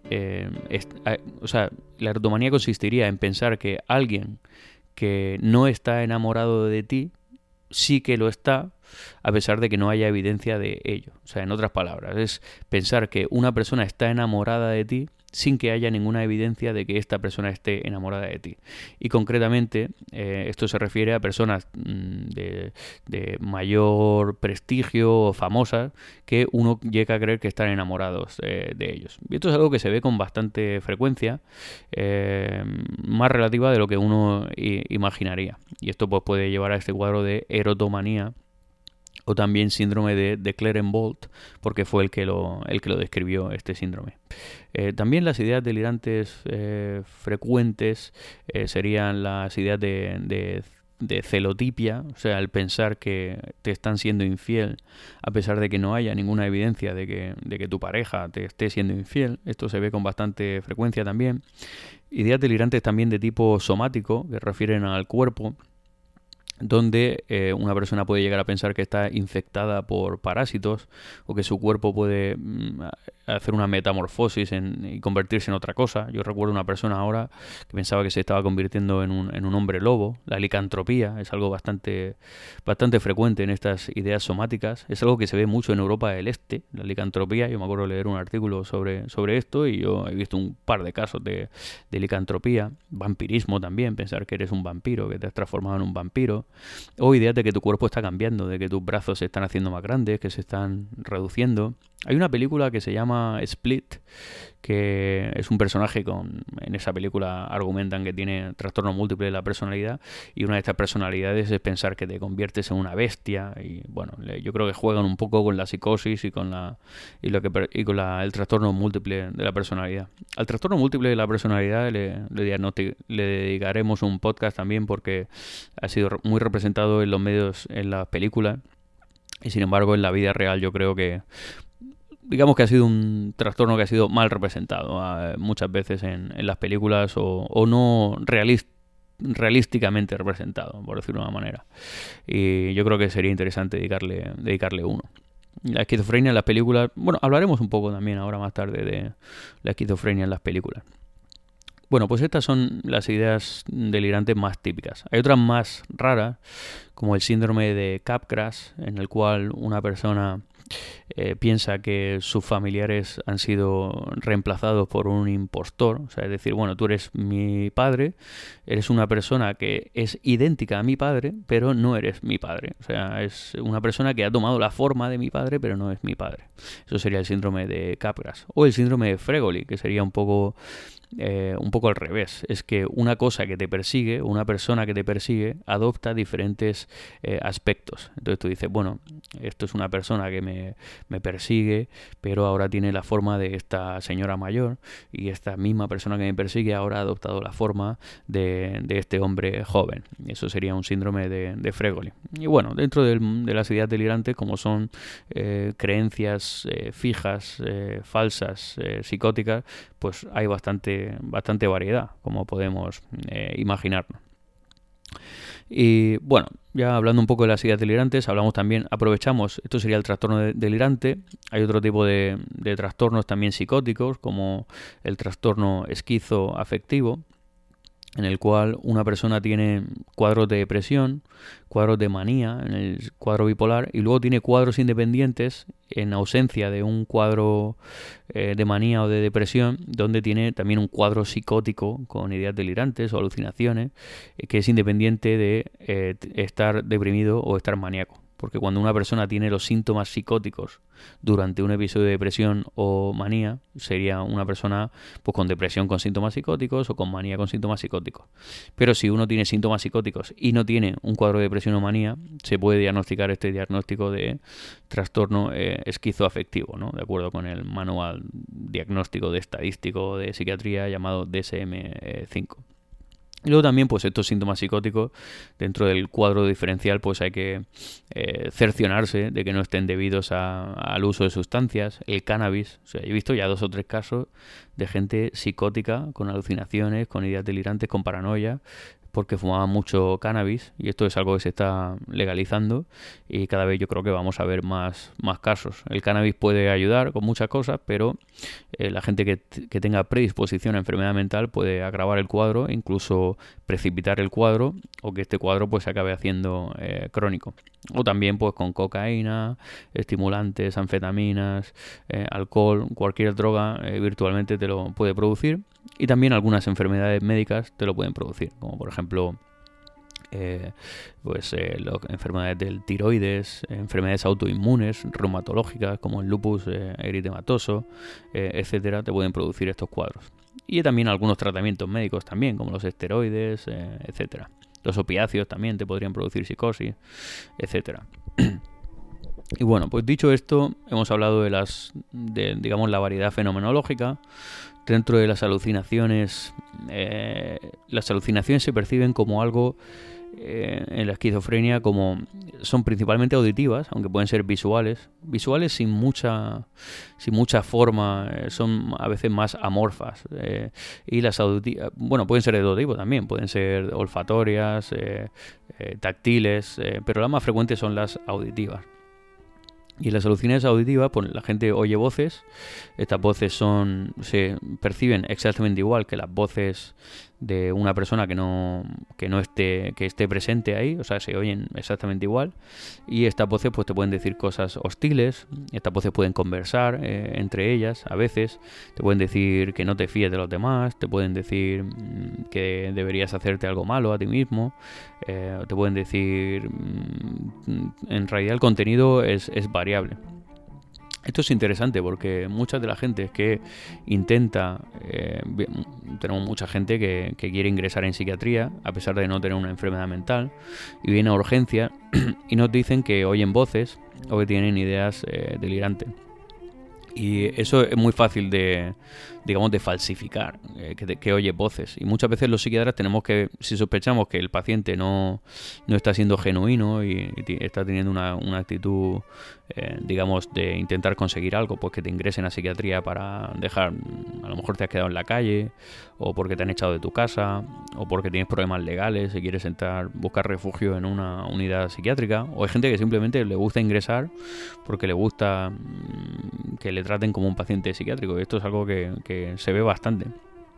Speaker 1: la erotomanía consistiría en pensar que alguien que no está enamorado de ti sí que lo está, a pesar de que no haya evidencia de ello. O sea, en otras palabras, es pensar que una persona está enamorada de ti sin que haya ninguna evidencia de que esta persona esté enamorada de ti. Y concretamente, esto se refiere a personas de mayor prestigio o famosas, que uno llega a creer que están enamorados de ellos. Y esto es algo que se ve con bastante frecuencia, más relativa de lo que uno imaginaría. Y esto pues puede llevar a este cuadro de erotomanía, o también síndrome de Clarenbolt, porque fue el que lo describió, este síndrome. También las ideas delirantes frecuentes serían las ideas de de celotipia, o sea, el pensar que te están siendo infiel a pesar de que no haya ninguna evidencia de que tu pareja te esté siendo infiel. Esto se ve con bastante frecuencia también. Ideas delirantes también de tipo somático, que refieren al cuerpo, donde una persona puede llegar a pensar que está infectada por parásitos o que su cuerpo puede hacer una metamorfosis y convertirse en otra cosa. Yo recuerdo una persona ahora que pensaba que se estaba convirtiendo en un hombre lobo. La licantropía es algo bastante frecuente en estas ideas somáticas. Es algo que se ve mucho en Europa del Este, la licantropía. Yo me acuerdo leer un artículo sobre esto y yo he visto un par de casos de licantropía. Vampirismo también, pensar que eres un vampiro, que te has transformado en un vampiro. O ideas de que tu cuerpo está cambiando, de que tus brazos se están haciendo más grandes, que se están reduciendo. Hay una película que se llama Split, que es un personaje en esa película argumentan que tiene trastorno múltiple de la personalidad, y una de estas personalidades es pensar que te conviertes en una bestia. Y bueno, yo creo que juegan un poco con la psicosis y con el trastorno múltiple de la personalidad. Al trastorno múltiple de la personalidad le dedicaremos un podcast también, porque ha sido muy representado en los medios, en las películas, y sin embargo en la vida real yo creo que, digamos que ha sido un trastorno que ha sido mal representado muchas veces en las películas, o no realísticamente representado, por decirlo de una manera. Y yo creo que sería interesante dedicarle uno. La esquizofrenia en las películas, bueno, hablaremos un poco también ahora más tarde de la esquizofrenia en las películas. Bueno, pues estas son las ideas delirantes más típicas. Hay otras más raras, como el síndrome de Capgras, en el cual una persona piensa que sus familiares han sido reemplazados por un impostor. O sea, es decir, bueno, tú eres mi padre, eres una persona que es idéntica a mi padre, pero no eres mi padre. O sea, es una persona que ha tomado la forma de mi padre, pero no es mi padre. Eso sería el síndrome de Capgras. O el síndrome de Fregoli, que sería un poco al revés. Es que una cosa que te persigue, una persona que te persigue, adopta diferentes aspectos. Entonces tú dices, bueno, esto es una persona que me persigue, pero ahora tiene la forma de esta señora mayor, y esta misma persona que me persigue ahora ha adoptado la forma de este hombre joven. Eso sería un síndrome de Fregoli. Y bueno, dentro de las ideas delirantes, como son creencias fijas, falsas, psicóticas, pues hay bastante variedad, como podemos imaginarnos. Y bueno, ya hablando un poco de las ideas delirantes, aprovechamos, esto sería el trastorno delirante. Hay otro tipo de trastornos también psicóticos, como el trastorno esquizoafectivo, en el cual una persona tiene cuadros de depresión, cuadros de manía en el cuadro bipolar, y luego tiene cuadros independientes en ausencia de un cuadro de manía o de depresión, donde tiene también un cuadro psicótico con ideas delirantes o alucinaciones, que es independiente de estar deprimido o estar maníaco. Porque cuando una persona tiene los síntomas psicóticos durante un episodio de depresión o manía, sería una persona pues con depresión con síntomas psicóticos o con manía con síntomas psicóticos. Pero si uno tiene síntomas psicóticos y no tiene un cuadro de depresión o manía, se puede diagnosticar este diagnóstico de trastorno esquizoafectivo, ¿no? De acuerdo con el manual diagnóstico de estadístico de psiquiatría llamado DSM-5. Y luego también, pues estos síntomas psicóticos, dentro del cuadro diferencial, pues hay que cerciorarse de que no estén debidos al uso de sustancias. El cannabis, o sea, he visto ya 2 o 3 casos de gente psicótica, con alucinaciones, con ideas delirantes, con paranoia, porque fumaban mucho cannabis, y esto es algo que se está legalizando, y cada vez yo creo que vamos a ver más casos. El cannabis puede ayudar con muchas cosas, pero la gente que tenga predisposición a enfermedad mental puede agravar el cuadro, incluso precipitar el cuadro, o que este cuadro pues se acabe haciendo crónico. O también pues con cocaína, estimulantes, anfetaminas, alcohol, cualquier droga virtualmente te lo puede producir. Y también algunas enfermedades médicas te lo pueden producir, como por ejemplo enfermedades del tiroides, enfermedades autoinmunes, reumatológicas como el lupus eritematoso, etcétera, te pueden producir estos cuadros. Y también algunos tratamientos médicos también, como los esteroides, etcétera. Los opiáceos también te podrían producir psicosis, etcétera. Y bueno, pues dicho esto, hemos hablado de digamos, la variedad fenomenológica. Dentro de las alucinaciones se perciben como algo en la esquizofrenia como son principalmente auditivas, aunque pueden ser visuales. Visuales sin mucha forma, son a veces más amorfas. Y las auditivas, bueno, pueden ser de todo tipo también, pueden ser olfatorias, táctiles, pero las más frecuentes son las auditivas. Y en las alucinaciones auditivas, pues la gente oye voces. Estas voces se perciben exactamente igual que las voces de una persona que esté presente ahí, o sea, se oyen exactamente igual. Y estas voces pues te pueden decir cosas hostiles, estas voces pueden conversar entre ellas a veces, te pueden decir que no te fíes de los demás, te pueden decir que deberías hacerte algo malo a ti mismo, te pueden decir en realidad el contenido es variable. Esto es interesante porque mucha de la gente que intenta, tenemos mucha gente que quiere ingresar en psiquiatría a pesar de no tener una enfermedad mental y viene a urgencia y nos dicen que oyen voces o que tienen ideas delirantes. Y eso es muy fácil de falsificar, que oye voces. Y muchas veces los psiquiatras tenemos que, si sospechamos que el paciente no está siendo genuino y está teniendo una actitud, de intentar conseguir algo, pues que te ingresen a psiquiatría para dejar, a lo mejor te has quedado en la calle, o porque te han echado de tu casa, o porque tienes problemas legales y quieres buscar refugio en una unidad psiquiátrica, o hay gente que simplemente le gusta ingresar porque le gusta que le traten como un paciente psiquiátrico. Esto es algo que se ve bastante.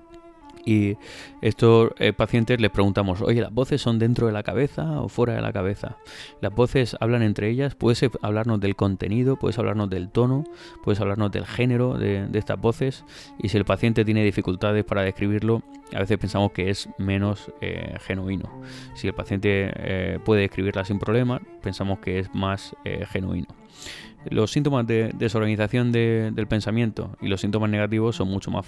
Speaker 1: Y estos pacientes les preguntamos, oye, ¿las voces son dentro de la cabeza o fuera de la cabeza? ¿Las voces hablan entre ellas? ¿Puedes hablarnos del contenido? ¿Puedes hablarnos del tono? ¿Puedes hablarnos del género de estas voces? Y si el paciente tiene dificultades para describirlo, a veces pensamos que es menos genuino. Si el paciente puede describirla sin problema, pensamos que es más genuino. Los síntomas de desorganización del pensamiento y los síntomas negativos son mucho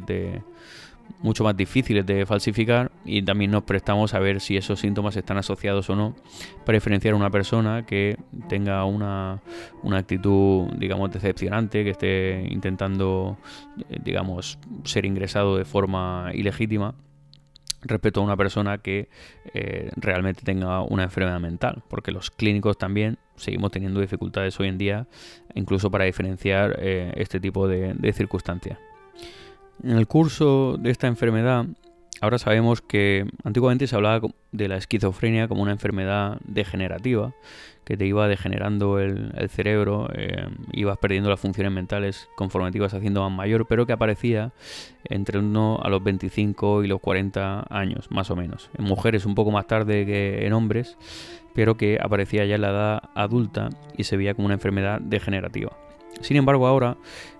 Speaker 1: más difíciles de falsificar, y también nos prestamos a ver si esos síntomas están asociados o no, para diferenciar a una persona que tenga una actitud, decepcionante, que esté intentando, ser ingresado de forma ilegítima, respecto a una persona que realmente tenga una enfermedad mental, porque los clínicos también seguimos teniendo dificultades hoy en día, incluso para diferenciar este tipo de circunstancias. En el curso de esta enfermedad, ahora sabemos que antiguamente se hablaba de la esquizofrenia como una enfermedad degenerativa, que te iba degenerando el cerebro, ibas perdiendo las funciones mentales conforme te ibas haciendo más mayor, pero que aparecía entre a los 25 y los 40 años, más o menos. En mujeres un poco más tarde que en hombres, pero que aparecía ya en la edad adulta y se veía como una enfermedad degenerativa. Sin embargo, ahora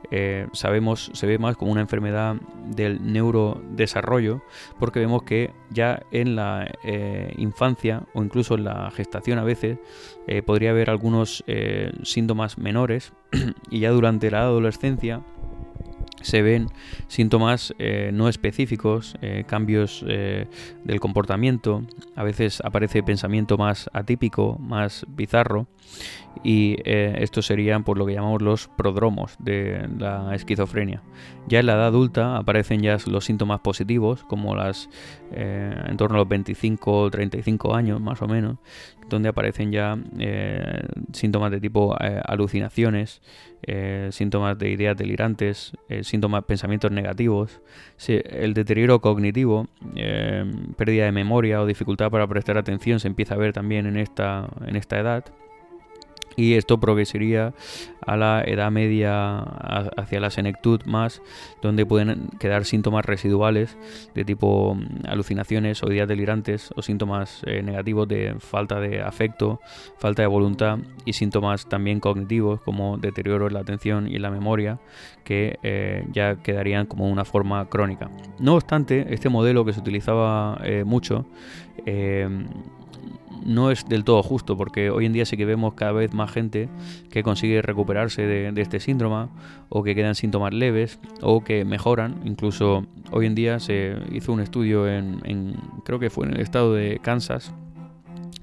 Speaker 1: se ve más como una enfermedad del neurodesarrollo, porque vemos que ya en la infancia o incluso en la gestación a veces podría haber algunos síntomas menores y ya durante la adolescencia se ven síntomas no específicos, cambios del comportamiento, a veces aparece pensamiento más atípico, más bizarro, y estos serían por lo que llamamos los prodromos de la esquizofrenia. Ya en la edad adulta aparecen ya los síntomas positivos, como en torno a los 25 o 35 años más o menos, donde aparecen ya síntomas de tipo alucinaciones, síntomas de ideas delirantes, síntomas de pensamientos negativos, el deterioro cognitivo, pérdida de memoria o dificultad para prestar atención se empieza a ver también en esta edad. Y esto progresaría a la edad media, hacia la senectud más, donde pueden quedar síntomas residuales de tipo alucinaciones o ideas delirantes, o síntomas negativos de falta de afecto, falta de voluntad, y síntomas también cognitivos como deterioro en la atención y en la memoria, que ya quedarían como una forma crónica. No obstante, este modelo que se utilizaba mucho no es del todo justo, porque hoy en día sí que vemos cada vez más gente que consigue recuperarse de este síndrome, o que quedan síntomas leves, o que mejoran. Incluso hoy en día se hizo un estudio creo que fue en el estado de Kansas,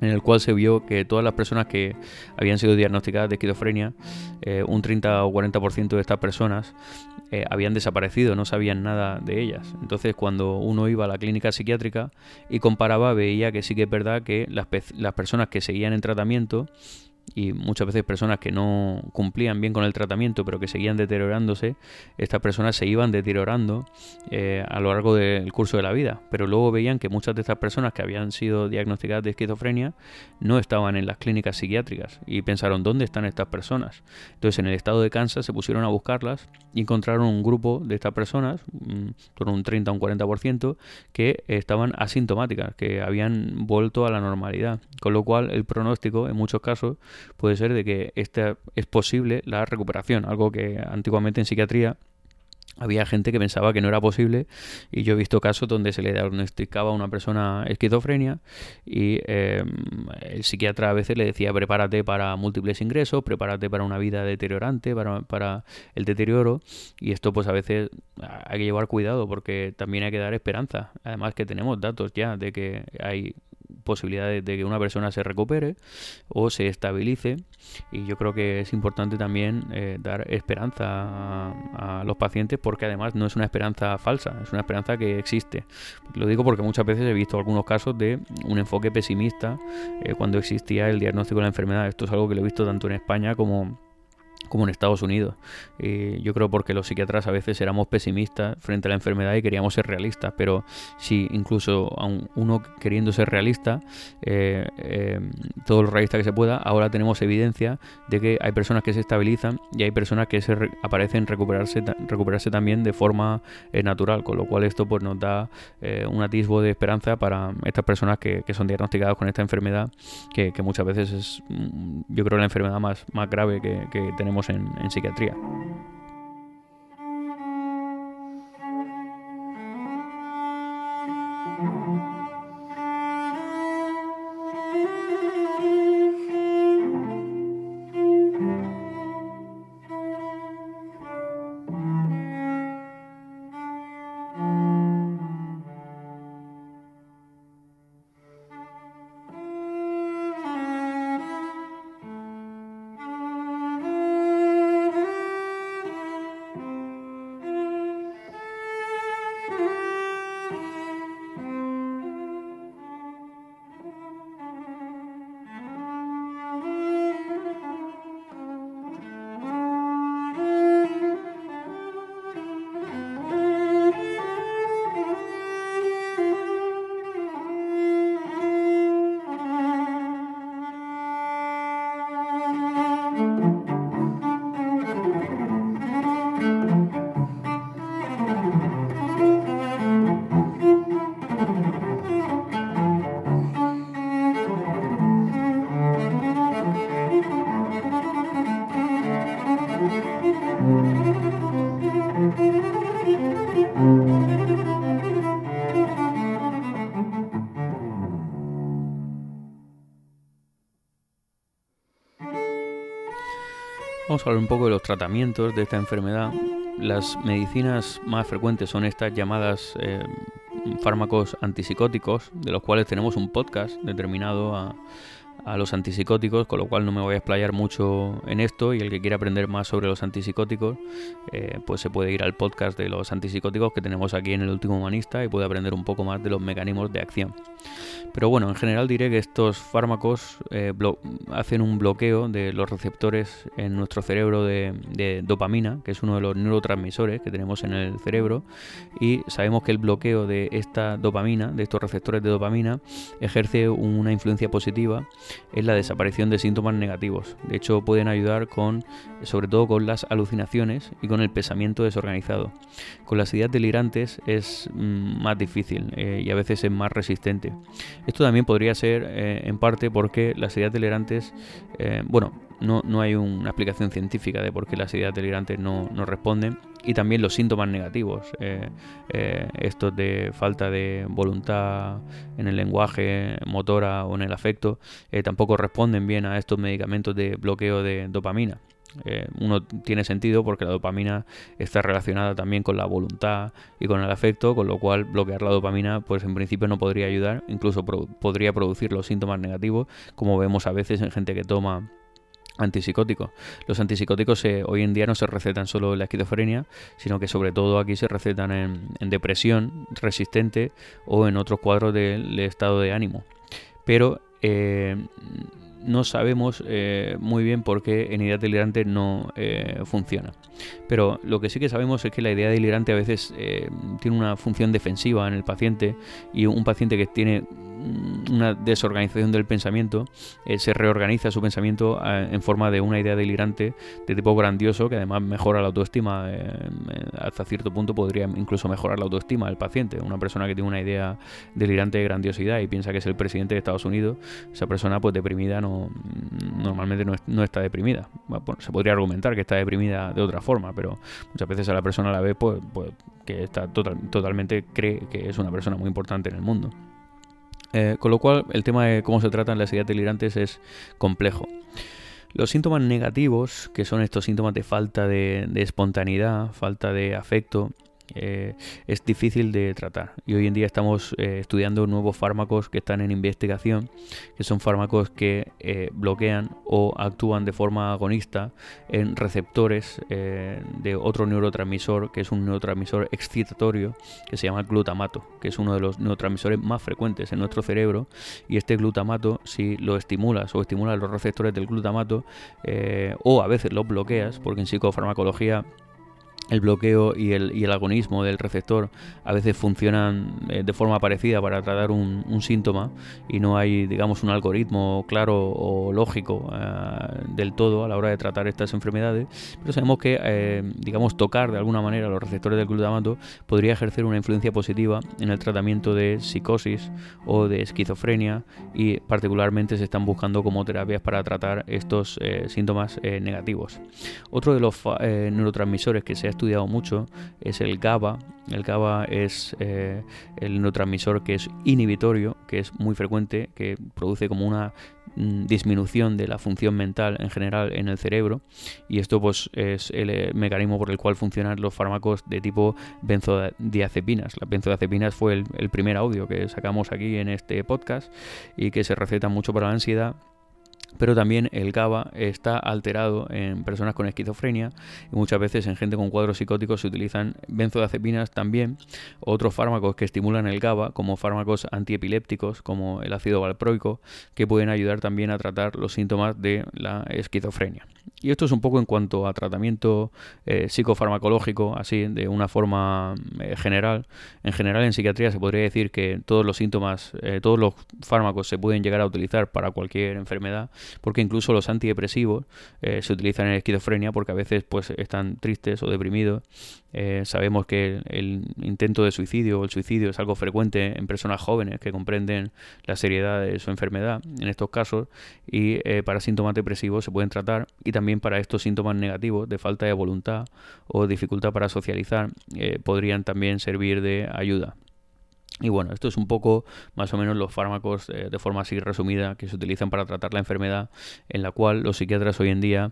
Speaker 1: en el cual se vio que todas las personas que habían sido diagnosticadas de esquizofrenia, un 30 o 40% de estas personas habían desaparecido, no sabían nada de ellas. Entonces, cuando uno iba a la clínica psiquiátrica y comparaba, veía que sí que es verdad que las personas que seguían en tratamiento, y muchas veces personas que no cumplían bien con el tratamiento pero que seguían deteriorándose, estas personas se iban deteriorando a lo largo del curso de la vida, pero luego veían que muchas de estas personas que habían sido diagnosticadas de esquizofrenia no estaban en las clínicas psiquiátricas y pensaron, ¿dónde están estas personas? Entonces, en el estado de Kansas se pusieron a buscarlas y encontraron un grupo de estas personas, torno a un 30 o un 40%, que estaban asintomáticas, que habían vuelto a la normalidad, con lo cual el pronóstico en muchos casos puede ser de que esta es posible la recuperación, algo que antiguamente en psiquiatría había gente que pensaba que no era posible, y yo he visto casos donde se le diagnosticaba a una persona esquizofrenia y el psiquiatra a veces le decía prepárate para múltiples ingresos, prepárate para una vida deteriorante, para el deterioro, y esto pues a veces hay que llevar cuidado porque también hay que dar esperanza, además que tenemos datos ya de que hay posibilidades de que una persona se recupere o se estabilice, y yo creo que es importante también dar esperanza a los pacientes, porque además no es una esperanza falsa, es una esperanza que existe. Lo digo porque muchas veces he visto algunos casos de un enfoque pesimista cuando existía el diagnóstico de la enfermedad. Esto es algo que lo he visto tanto en España como en Estados Unidos. Yo creo porque los psiquiatras a veces éramos pesimistas frente a la enfermedad y queríamos ser realistas, pero si incluso aun uno queriendo ser realista, todo lo realista que se pueda, ahora tenemos evidencia de que hay personas que se estabilizan y hay personas que aparecen recuperarse también de forma natural, con lo cual esto pues nos da un atisbo de esperanza para estas personas que son diagnosticadas con esta enfermedad, que muchas veces es, yo creo, la enfermedad más grave que tenemos en psiquiatría. Vamos a hablar un poco de los tratamientos de esta enfermedad. Las medicinas más frecuentes son estas llamadas fármacos antipsicóticos, de los cuales tenemos un podcast determinado a los antipsicóticos, con lo cual no me voy a explayar mucho en esto, y el que quiera aprender más sobre los antipsicóticos pues se puede ir al podcast de los antipsicóticos que tenemos aquí en El Último Humanista y puede aprender un poco más de los mecanismos de acción. Pero bueno, en general diré que estos fármacos hacen un bloqueo de los receptores en nuestro cerebro de dopamina, que es uno de los neurotransmisores que tenemos en el cerebro, y sabemos que el bloqueo de esta dopamina, de estos receptores de dopamina, ejerce una influencia positiva en la desaparición de síntomas negativos. De hecho, pueden ayudar sobre todo con las alucinaciones y con el pensamiento desorganizado. Con las ideas delirantes es más difícil y a veces es más resistente. Esto también podría ser en parte porque las ideas delirantes, no hay una explicación científica de por qué las ideas delirantes no responden, y también los síntomas negativos, estos de falta de voluntad en el lenguaje, motora o en el afecto, tampoco responden bien a estos medicamentos de bloqueo de dopamina. Uno tiene sentido porque la dopamina está relacionada también con la voluntad y con el afecto, con lo cual bloquear la dopamina pues en principio no podría ayudar, incluso podría producir los síntomas negativos, como vemos a veces en gente que toma antipsicóticos. Los antipsicóticos hoy en día no se recetan solo en la esquizofrenia, sino que sobre todo aquí se recetan en depresión resistente o en otros cuadros del estado de ánimo. Pero no sabemos muy bien por qué en idea delirante no funciona. Pero lo que sí que sabemos es que la idea delirante a veces tiene una función defensiva en el paciente, y un paciente que tiene una desorganización del pensamiento se reorganiza su pensamiento en forma de una idea delirante de tipo grandioso, que además mejora la autoestima. Hasta cierto punto podría incluso mejorar la autoestima del paciente. Una persona que tiene una idea delirante de grandiosidad y piensa que es el presidente de Estados Unidos, esa persona pues deprimida normalmente no está deprimida. Bueno, se podría argumentar que está deprimida de otra forma, pero muchas veces a la persona la ve pues que está totalmente cree que es una persona muy importante en el mundo. Con lo cual el tema de cómo se tratan las ideas delirantes es complejo. Los síntomas negativos, que son estos síntomas de falta de espontaneidad, falta de afecto, es difícil de tratar, y hoy en día estamos estudiando nuevos fármacos que están en investigación, que son fármacos que bloquean o actúan de forma agonista en receptores de otro neurotransmisor, que es un neurotransmisor excitatorio que se llama glutamato, que es uno de los neurotransmisores más frecuentes en nuestro cerebro. Y este glutamato, si lo estimulas o estimulas los receptores del glutamato, o a veces los bloqueas, porque en psicofarmacología el bloqueo y el agonismo del receptor a veces funcionan de forma parecida para tratar un síntoma, y no hay, digamos, un algoritmo claro o lógico del todo a la hora de tratar estas enfermedades. Pero sabemos que, digamos, tocar de alguna manera los receptores del glutamato podría ejercer una influencia positiva en el tratamiento de psicosis o de esquizofrenia, y particularmente se están buscando como terapias para tratar estos síntomas negativos. Otro de los neurotransmisores que se ha estudiado mucho es el GABA. El GABA es el neurotransmisor que es inhibitorio, que es muy frecuente, que produce como una disminución de la función mental en general en el cerebro, y esto pues es el mecanismo por el cual funcionan los fármacos de tipo benzodiazepinas. Las benzodiazepinas fue el primer audio que sacamos aquí en este podcast y que se receta mucho para la ansiedad. Pero también el GABA está alterado en personas con esquizofrenia, y muchas veces en gente con cuadros psicóticos se utilizan benzodiazepinas también, otros fármacos que estimulan el GABA, como fármacos antiepilépticos como el ácido valproico, que pueden ayudar también a tratar los síntomas de la esquizofrenia. Y esto es un poco en cuanto a tratamiento psicofarmacológico, así de una forma general. En general, en psiquiatría se podría decir que todos los síntomas, todos los fármacos se pueden llegar a utilizar para cualquier enfermedad, porque incluso los antidepresivos se utilizan en esquizofrenia porque a veces pues están tristes o deprimidos. Sabemos que el intento de suicidio o el suicidio es algo frecuente en personas jóvenes que comprenden la seriedad de su enfermedad en estos casos, y para síntomas depresivos se pueden tratar, y también para estos síntomas negativos de falta de voluntad o dificultad para socializar podrían también servir de ayuda. Y bueno, esto es un poco más o menos los fármacos de forma así resumida que se utilizan para tratar la enfermedad, en la cual los psiquiatras hoy en día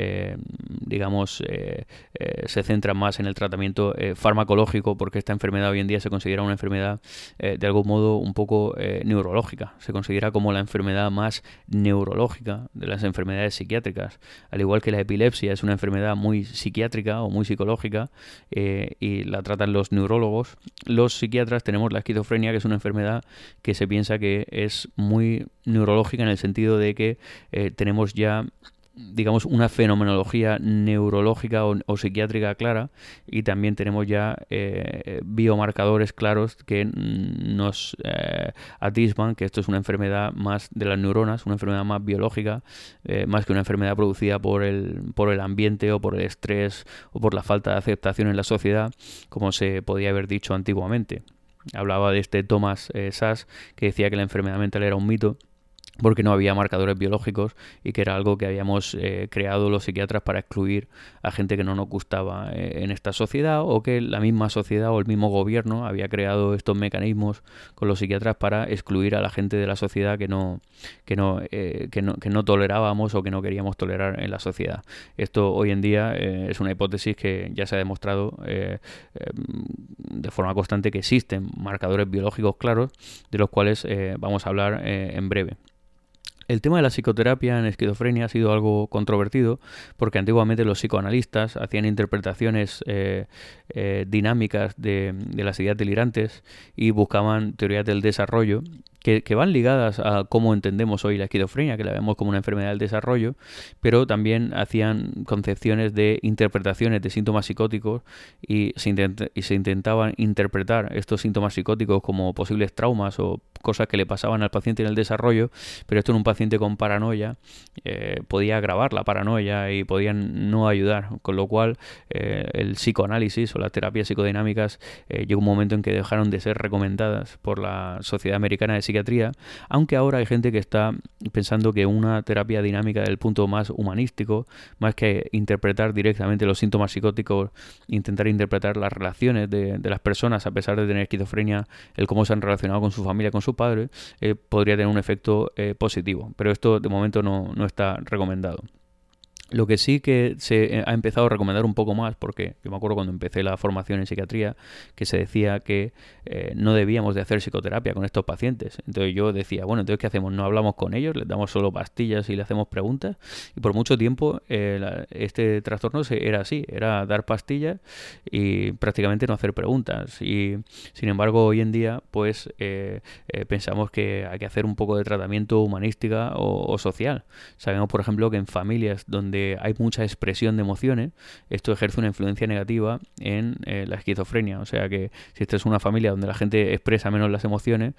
Speaker 1: se centran más en el tratamiento farmacológico, porque esta enfermedad hoy en día se considera una enfermedad de algún modo un poco neurológica. Se considera como la enfermedad más neurológica de las enfermedades psiquiátricas, al igual que la epilepsia es una enfermedad muy psiquiátrica o muy psicológica, y la tratan los neurólogos. Los psiquiatras tenemos la esquizofrenia, que es una enfermedad que se piensa que es muy neurológica, en el sentido de que tenemos ya, digamos, una fenomenología neurológica o psiquiátrica clara, y también tenemos ya biomarcadores claros que nos atisban que esto es una enfermedad más de las neuronas, una enfermedad más biológica, más que una enfermedad producida por el ambiente o por el estrés o por la falta de aceptación en la sociedad, como se podía haber dicho antiguamente. Hablaba de este Thomas Szasz, que decía que la enfermedad mental era un mito, porque no había marcadores biológicos y que era algo que habíamos creado los psiquiatras para excluir a gente que no nos gustaba en esta sociedad, o que la misma sociedad o el mismo gobierno había creado estos mecanismos con los psiquiatras para excluir a la gente de la sociedad que no tolerábamos o que no queríamos tolerar en la sociedad. Esto hoy en día es una hipótesis que ya se ha demostrado de forma constante, que existen marcadores biológicos claros, de los cuales vamos a hablar en breve. El tema de la psicoterapia en esquizofrenia ha sido algo controvertido, porque antiguamente los psicoanalistas hacían interpretaciones dinámicas de las ideas delirantes y buscaban teorías del desarrollo que van ligadas a cómo entendemos hoy la esquizofrenia, que la vemos como una enfermedad del desarrollo, pero también hacían concepciones de interpretaciones de síntomas psicóticos y se intentaban interpretar estos síntomas psicóticos como posibles traumas o cosas que le pasaban al paciente en el desarrollo, pero esto en un paciente con paranoia podía agravar la paranoia y podían no ayudar, con lo cual el psicoanálisis o las terapias psicodinámicas llegó un momento en que dejaron de ser recomendadas por la Sociedad Americana de Psiquiatría, aunque ahora hay gente que está pensando que una terapia dinámica del punto más humanístico, más que interpretar directamente los síntomas psicóticos, intentar interpretar las relaciones de las personas a pesar de tener esquizofrenia, el cómo se han relacionado con su familia, con su padre, podría tener un efecto positivo, pero esto de momento no está recomendado. Lo que sí que se ha empezado a recomendar un poco más, porque yo me acuerdo cuando empecé la formación en psiquiatría que se decía que no debíamos de hacer psicoterapia con estos pacientes. Entonces yo decía, bueno, entonces ¿qué hacemos? ¿No hablamos con ellos? ¿Les damos solo pastillas y le hacemos preguntas? Y por mucho tiempo este trastorno era así, era dar pastillas y prácticamente no hacer preguntas. Y sin embargo hoy en día pues pensamos que hay que hacer un poco de tratamiento humanística o social. Sabemos, por ejemplo, que en familias donde hay mucha expresión de emociones, esto ejerce una influencia negativa en la esquizofrenia. O sea que si esta es una familia donde la gente expresa menos las emociones,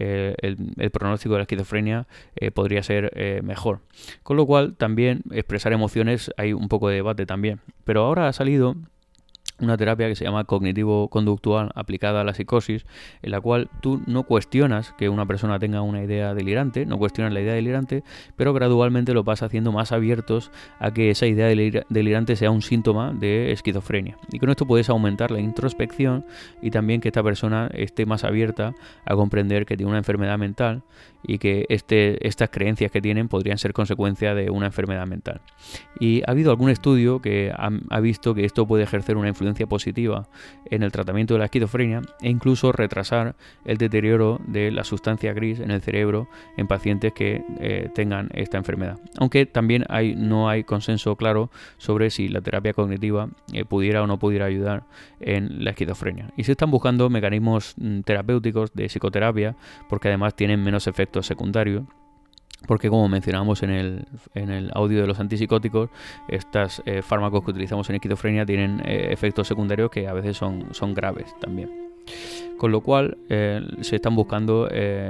Speaker 1: el pronóstico de la esquizofrenia podría ser mejor. Con lo cual también expresar emociones hay un poco de debate también. Pero ahora ha salido una terapia que se llama cognitivo-conductual aplicada a la psicosis, en la cual tú no cuestionas que una persona tenga una idea delirante, no cuestionas la idea delirante, pero gradualmente lo vas haciendo más abiertos a que esa idea delirante sea un síntoma de esquizofrenia. Y con esto puedes aumentar la introspección y también que esta persona esté más abierta a comprender que tiene una enfermedad mental y que estas creencias que tienen podrían ser consecuencia de una enfermedad mental. Y ha habido algún estudio que ha visto que esto puede ejercer una influencia positiva en el tratamiento de la esquizofrenia e incluso retrasar el deterioro de la sustancia gris en el cerebro en pacientes que tengan esta enfermedad. Aunque también no hay consenso claro sobre si la terapia cognitiva pudiera o no pudiera ayudar en la esquizofrenia. Y se están buscando mecanismos terapéuticos de psicoterapia porque además tienen menos efectos secundarios. Porque como mencionamos en el audio de los antipsicóticos, estos fármacos que utilizamos en esquizofrenia tienen efectos secundarios que a veces son graves también. Con lo cual se están buscando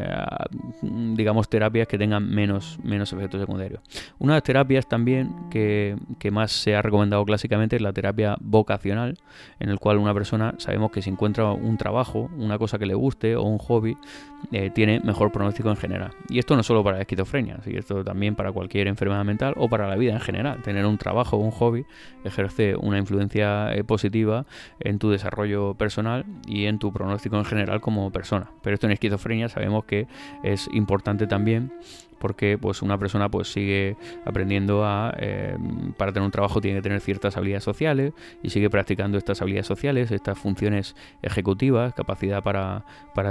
Speaker 1: digamos terapias que tengan menos efectos secundarios. Una de las terapias también que más se ha recomendado clásicamente es la terapia vocacional, en el cual una persona sabemos que si encuentra un trabajo, una cosa que le guste o un hobby, tiene mejor pronóstico en general. Y esto no solo para la esquizofrenia, sino esto también para cualquier enfermedad mental o para la vida en general. Tener un trabajo o un hobby ejerce una influencia positiva en tu desarrollo personal y en tu pronóstico en general como persona. Pero esto en esquizofrenia sabemos que es importante también, porque pues una persona pues sigue aprendiendo para tener un trabajo tiene que tener ciertas habilidades sociales y sigue practicando estas habilidades sociales, estas funciones ejecutivas, capacidad para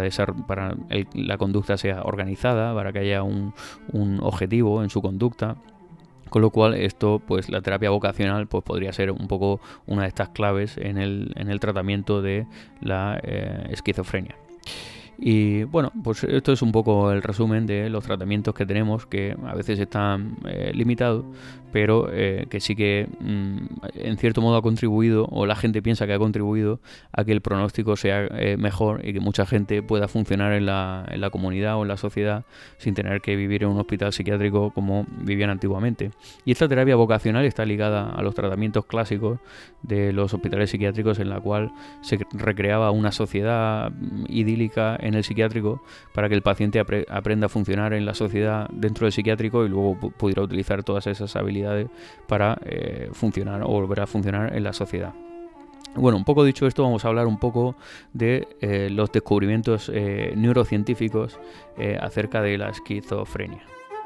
Speaker 1: la conducta sea organizada, para que haya un objetivo en su conducta. Con lo cual esto, pues la terapia vocacional pues podría ser un poco una de estas claves en el tratamiento de la esquizofrenia. Y bueno, pues esto es un poco el resumen de los tratamientos que tenemos, que a veces están limitados, pero que sí que en cierto modo ha contribuido, o la gente piensa que ha contribuido a que el pronóstico sea mejor y que mucha gente pueda funcionar en la comunidad o en la sociedad sin tener que vivir en un hospital psiquiátrico como vivían antiguamente. Y esta terapia vocacional está ligada a los tratamientos clásicos de los hospitales psiquiátricos, en la cual se recreaba una sociedad idílica en el psiquiátrico para que el paciente aprenda a funcionar en la sociedad dentro del psiquiátrico y luego pudiera utilizar todas esas habilidades para funcionar o volver a funcionar en la sociedad. Bueno, un poco dicho esto, vamos a hablar un poco de los descubrimientos neurocientíficos acerca de la esquizofrenia.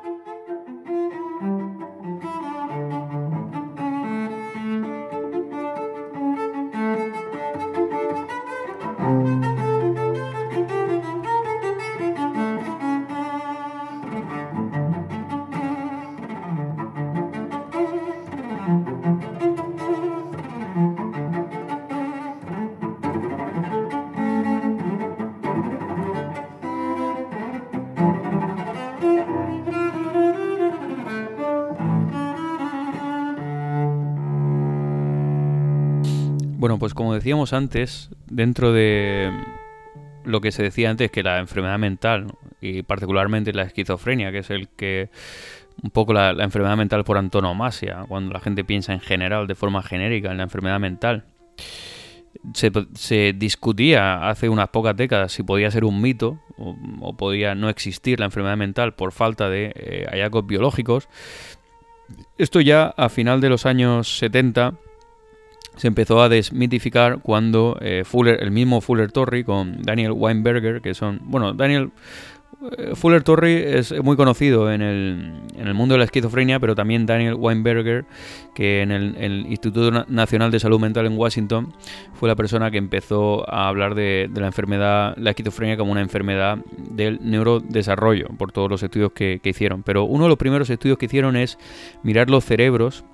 Speaker 1: Bueno, pues como decíamos antes, dentro de lo que se decía antes, que la enfermedad mental, ¿no? Y particularmente la esquizofrenia, que es un poco la enfermedad mental por antonomasia, cuando la gente piensa en general, de forma genérica, en la enfermedad mental. Se discutía hace unas pocas décadas si podía ser un mito o podía no existir la enfermedad mental por falta de hallazgos biológicos. Esto ya a final de los años 70 se empezó a desmitificar cuando el mismo Fuller Torrey con Daniel Weinberger, que son... Bueno, Fuller Torrey es muy conocido en el mundo de la esquizofrenia, pero también Daniel Weinberger, que en el Instituto Nacional de Salud Mental en Washington fue la persona que empezó a hablar de la enfermedad, la esquizofrenia, como una enfermedad del neurodesarrollo, por todos los estudios que hicieron. Pero uno de los primeros estudios que hicieron es mirar los cerebros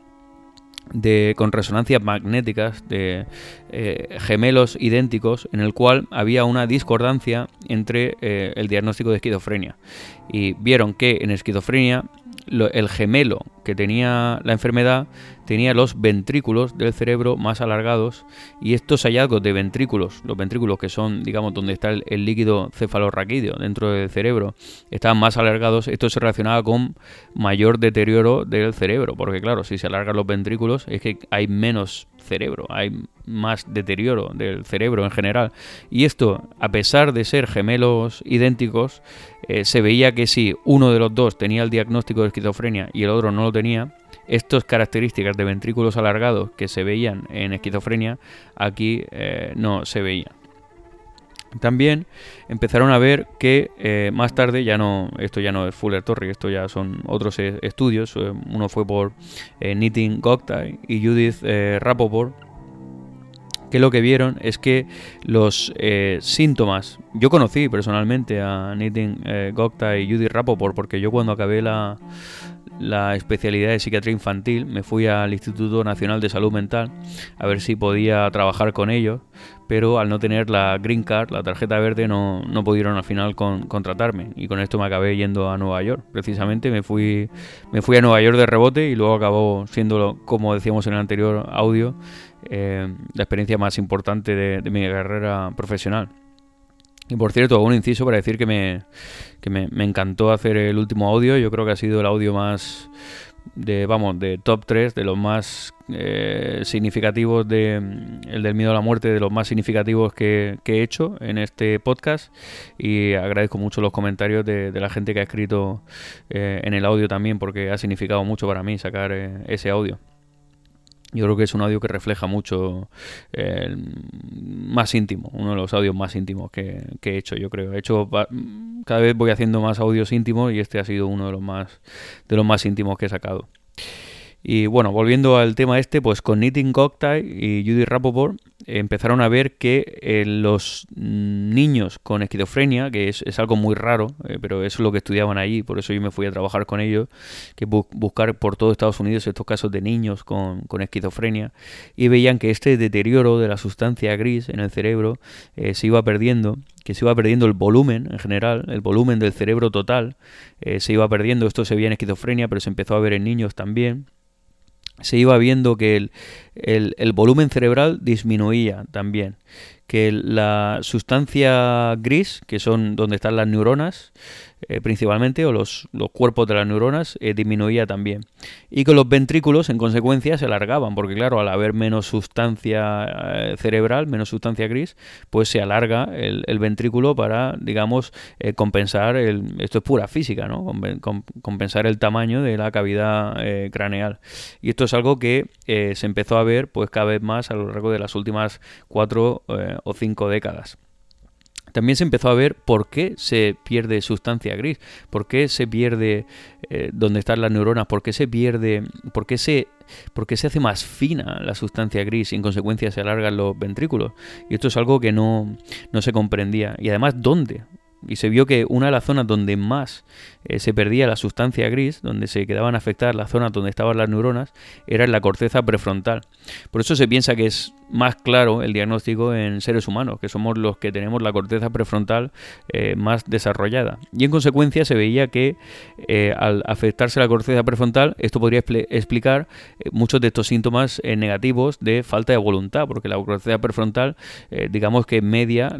Speaker 1: con resonancias magnéticas de gemelos idénticos, en el cual había una discordancia entre el diagnóstico de esquizofrenia, y vieron que en esquizofrenia el gemelo que tenía la enfermedad tenía los ventrículos del cerebro más alargados, y estos hallazgos de ventrículos, los ventrículos que son, digamos, donde está el líquido cefalorraquídeo dentro del cerebro, estaban más alargados. Esto se relacionaba con mayor deterioro del cerebro, porque claro, si se alargan los ventrículos es que hay menos cerebro, hay más deterioro del cerebro en general. Y esto, a pesar de ser gemelos idénticos, se veía que si uno de los dos tenía el diagnóstico de esquizofrenia y el otro no lo tenía, estas características de ventrículos alargados que se veían en esquizofrenia, aquí no se veían. También empezaron a ver que más tarde, esto ya no es Fuller Torrey, esto ya son otros estudios. Uno fue por Nitin Gupta y Judith Rapoport, que lo que vieron es que los síntomas... Yo conocí personalmente a Nitin Gupta y Judith Rapoport porque yo, cuando acabé la especialidad de psiquiatría infantil, me fui al Instituto Nacional de Salud Mental a ver si podía trabajar con ellos, pero al no tener la Green Card, la tarjeta verde, no pudieron al final contratarme, y con esto me acabé yendo a Nueva York. Precisamente me fui a Nueva York de rebote, y luego acabó siendo, como decíamos en el anterior audio, la experiencia más importante de mi carrera profesional. Y por cierto, hago un inciso para decir que me encantó hacer el último audio. Yo creo que ha sido el audio más de top 3, de los más significativos, el del miedo a la muerte, de los más significativos que he hecho en este podcast. Y agradezco mucho los comentarios de la gente que ha escrito en el audio también, porque ha significado mucho para mí sacar ese audio. Yo creo que es un audio que refleja mucho más íntimo, uno de los audios más íntimos que he hecho, yo creo. Cada vez voy haciendo más audios íntimos, y este ha sido uno de los más íntimos que he sacado. Y bueno, volviendo al tema pues con Nitin Gupta y Judith Rapoport empezaron a ver que los niños con esquizofrenia, que es algo muy raro, pero eso es lo que estudiaban allí, por eso yo me fui a trabajar con ellos, que buscar por todo Estados Unidos estos casos de niños con esquizofrenia, y veían que este deterioro de la sustancia gris en el cerebro se iba perdiendo el volumen en general, el volumen del cerebro total se iba perdiendo. Esto se veía en esquizofrenia, pero se empezó a ver en niños también. Se iba viendo que el volumen cerebral disminuía también, que la sustancia gris, que son donde están las neuronas, principalmente, o los cuerpos de las neuronas, disminuía también. Y que los ventrículos, en consecuencia, se alargaban, porque claro, al haber menos sustancia cerebral, menos sustancia gris, pues se alarga el ventrículo para, digamos, compensar, esto es pura física, ¿no? Compensar el tamaño de la cavidad craneal. Y esto es algo que se empezó a ver pues cada vez más a lo largo de las últimas 4 o 5 décadas. También se empezó a ver por qué se pierde sustancia gris, por qué se pierde donde están las neuronas, por qué se pierde, por qué se hace más fina la sustancia gris y en consecuencia se alargan los ventrículos. Y esto es algo que no se comprendía. Y además, ¿dónde? Y se vio que una de las zonas donde más se perdía la sustancia gris, donde se quedaban afectadas las zonas donde estaban las neuronas, era en la corteza prefrontal. Por eso se piensa que es más claro el diagnóstico en seres humanos, que somos los que tenemos la corteza prefrontal más desarrollada. Y en consecuencia se veía que al afectarse la corteza prefrontal, esto podría explicar muchos de estos síntomas negativos de falta de voluntad, porque la corteza prefrontal, digamos que media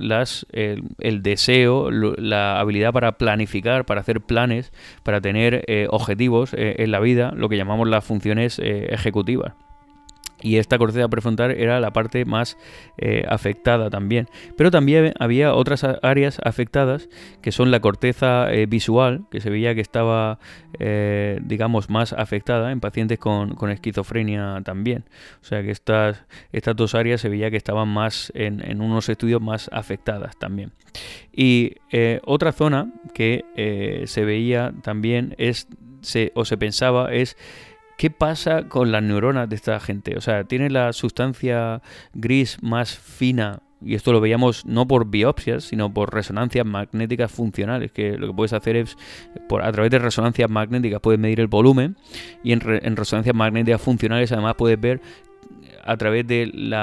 Speaker 1: el deseo, la habilidad para planificar, para hacer planes, para tener objetivos en la vida, lo que llamamos las funciones ejecutivas. Y esta corteza prefrontal era la parte más afectada también. Pero también había otras áreas afectadas, que son la corteza visual, que se veía que estaba, digamos, más afectada en pacientes con esquizofrenia también. O sea que estas dos áreas se veía que estaban más en unos estudios más afectadas también. Y otra zona que se veía también se pensaba es: ¿qué pasa con las neuronas de esta gente? O sea, tiene la sustancia gris más fina, y esto lo veíamos no por biopsias, sino por resonancias magnéticas funcionales, que lo que puedes hacer es, a través de resonancias magnéticas puedes medir el volumen, y en resonancias magnéticas funcionales además puedes ver a través de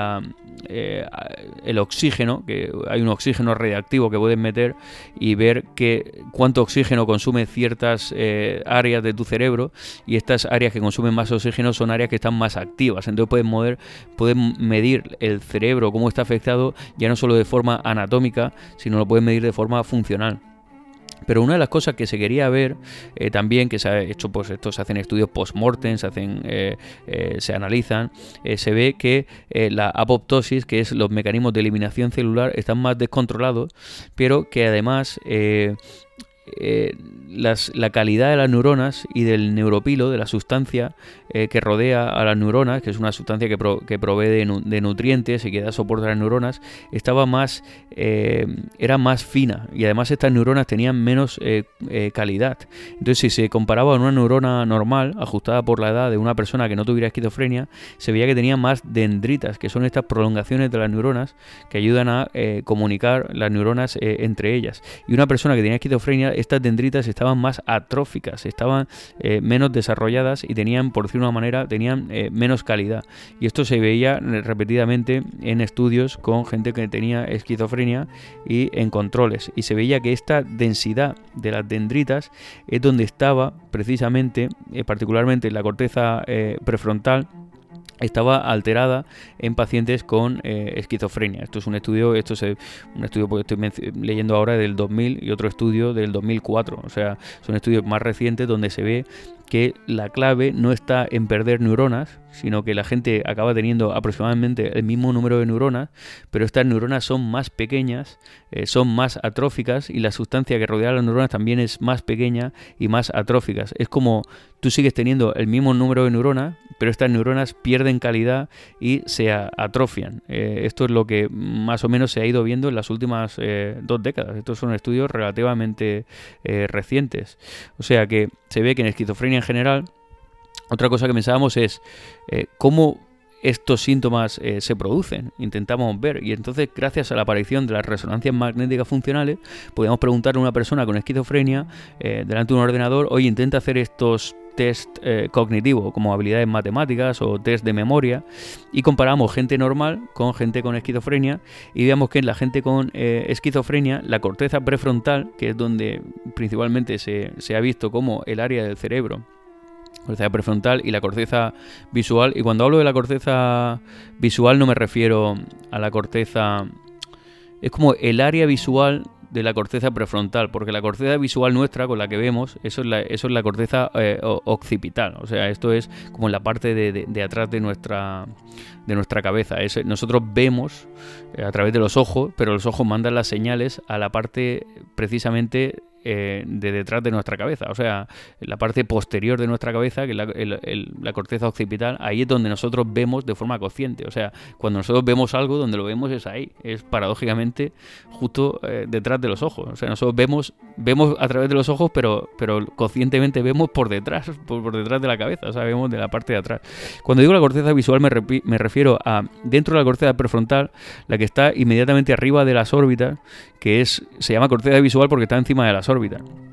Speaker 1: el oxígeno, que hay un oxígeno radiactivo que puedes meter y ver cuánto oxígeno consume ciertas áreas de tu cerebro, y estas áreas que consumen más oxígeno son áreas que están más activas. Entonces puedes medir el cerebro, cómo está afectado, ya no solo de forma anatómica, sino lo puedes medir de forma funcional. Pero una de las cosas que se quería ver también, que se ha hecho, pues esto se hacen estudios post-mortem, se analizan, se ve que la apoptosis, que es los mecanismos de eliminación celular, están más descontrolados, pero que además la calidad de las neuronas y del neuropilo, de la sustancia que rodea a las neuronas, que es una sustancia que provee de nutrientes y que da soporte a las neuronas, era más fina, y además estas neuronas tenían menos calidad. Entonces, si se comparaba con una neurona normal, ajustada por la edad de una persona que no tuviera esquizofrenia, se veía que tenía más dendritas, que son estas prolongaciones de las neuronas que ayudan a comunicar las neuronas entre ellas. Y una persona que tenía esquizofrenia, estas dendritas estaban más atróficas, estaban menos desarrolladas y tenían, por decirlo de una manera, menos calidad. Y esto se veía repetidamente en estudios con gente que tenía esquizofrenia y en controles. Y se veía que esta densidad de las dendritas es donde estaba precisamente, particularmente en la corteza prefrontal, estaba alterada en pacientes con esquizofrenia. Esto es un estudio porque estoy leyendo ahora del 2000 y otro estudio del 2004. O sea, son estudios más recientes donde se ve que la clave no está en perder neuronas, sino que la gente acaba teniendo aproximadamente el mismo número de neuronas, pero estas neuronas son más pequeñas, son más atróficas, y la sustancia que rodea a las neuronas también es más pequeña y más atróficas. Es como tú sigues teniendo el mismo número de neuronas, pero estas neuronas pierden calidad y se atrofian. Esto es lo que más o menos se ha ido viendo en las últimas 2 décadas. Estos son estudios relativamente recientes. O sea que se ve que en esquizofrenia en general, otra cosa que pensábamos es cómo estos síntomas se producen, intentamos ver, y entonces gracias a la aparición de las resonancias magnéticas funcionales podíamos preguntarle a una persona con esquizofrenia delante de un ordenador: oye, intenta hacer estos test cognitivos como habilidades matemáticas o test de memoria, y comparamos gente normal con gente con esquizofrenia, y veamos que en la gente con esquizofrenia la corteza prefrontal, que es donde principalmente se ha visto como el área del cerebro, corteza prefrontal, y la corteza visual. Y cuando hablo de la corteza visual no me refiero a la corteza, es como el área visual de la corteza prefrontal, porque la corteza visual nuestra con la que vemos, eso es la corteza occipital, o sea, esto es como en la parte de atrás de nuestra cabeza. Nosotros vemos a través de los ojos, pero los ojos mandan las señales a la parte precisamente de detrás de nuestra cabeza, o sea, la parte posterior de nuestra cabeza, que es la corteza occipital. Ahí es donde nosotros vemos de forma consciente, o sea, cuando nosotros vemos algo, donde lo vemos es ahí, es paradójicamente justo detrás de los ojos. O sea, nosotros vemos a través de los ojos, pero conscientemente vemos por detrás, por detrás de la cabeza, o sea, vemos de la parte de atrás. Cuando digo la corteza visual me refiero a dentro de la corteza prefrontal, la que está inmediatamente arriba de las órbitas, se llama corteza visual porque está encima de las órbitas.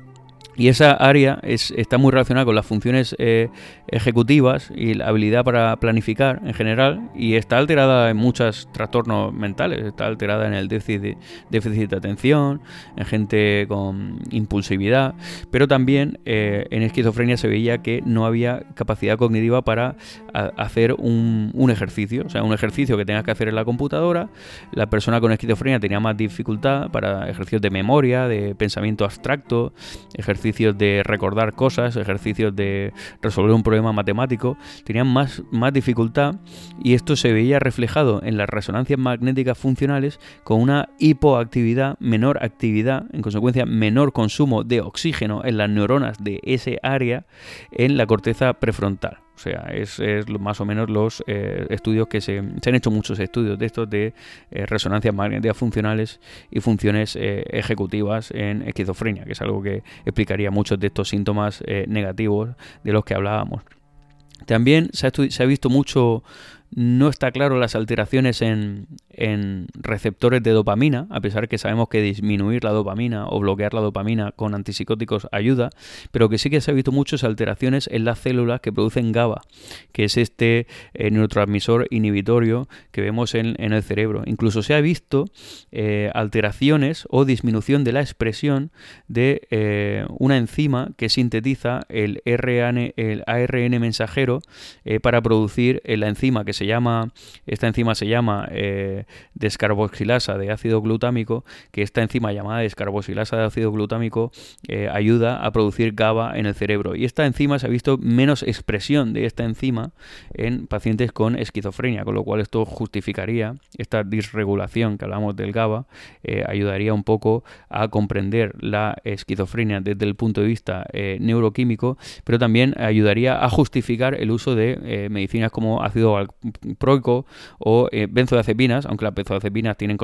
Speaker 1: Y esa área está muy relacionada con las funciones ejecutivas y la habilidad para planificar en general, y está alterada en muchos trastornos mentales. Está alterada en el déficit de atención, en gente con impulsividad, pero también en esquizofrenia se veía que no había capacidad cognitiva para hacer un ejercicio, o sea, un ejercicio que tengas que hacer en la computadora. La persona con esquizofrenia tenía más dificultad para ejercicios de memoria, de pensamiento abstracto, ejercicios de recordar cosas, ejercicios de resolver un problema matemático, tenían más dificultad, y esto se veía reflejado en las resonancias magnéticas funcionales con una hipoactividad, menor actividad, en consecuencia menor consumo de oxígeno en las neuronas de ese área en la corteza prefrontal. O sea, es más o menos los estudios que se han hecho muchos estudios de estos de resonancias magnéticas funcionales y funciones ejecutivas en esquizofrenia, que es algo que explicaría muchos de estos síntomas negativos de los que hablábamos. También se ha visto mucho. No está claro las alteraciones en receptores de dopamina, a pesar que sabemos que disminuir la dopamina o bloquear la dopamina con antipsicóticos ayuda, pero que sí que se ha visto muchas alteraciones en las células que producen GABA, que es este neurotransmisor inhibitorio que vemos en el cerebro. Incluso se ha visto alteraciones o disminución de la expresión de una enzima que sintetiza el ARN mensajero para producir la enzima que esta enzima se llama descarboxilasa de ácido glutámico, que esta enzima llamada descarboxilasa de ácido glutámico ayuda a producir GABA en el cerebro. Y esta enzima se ha visto menos expresión de esta enzima en pacientes con esquizofrenia, con lo cual esto justificaría esta disregulación que hablamos del GABA, ayudaría un poco a comprender la esquizofrenia desde el punto de vista neuroquímico, pero también ayudaría a justificar el uso de medicinas como ácido proico o benzodiazepinas, aunque las benzodiazepinas tienen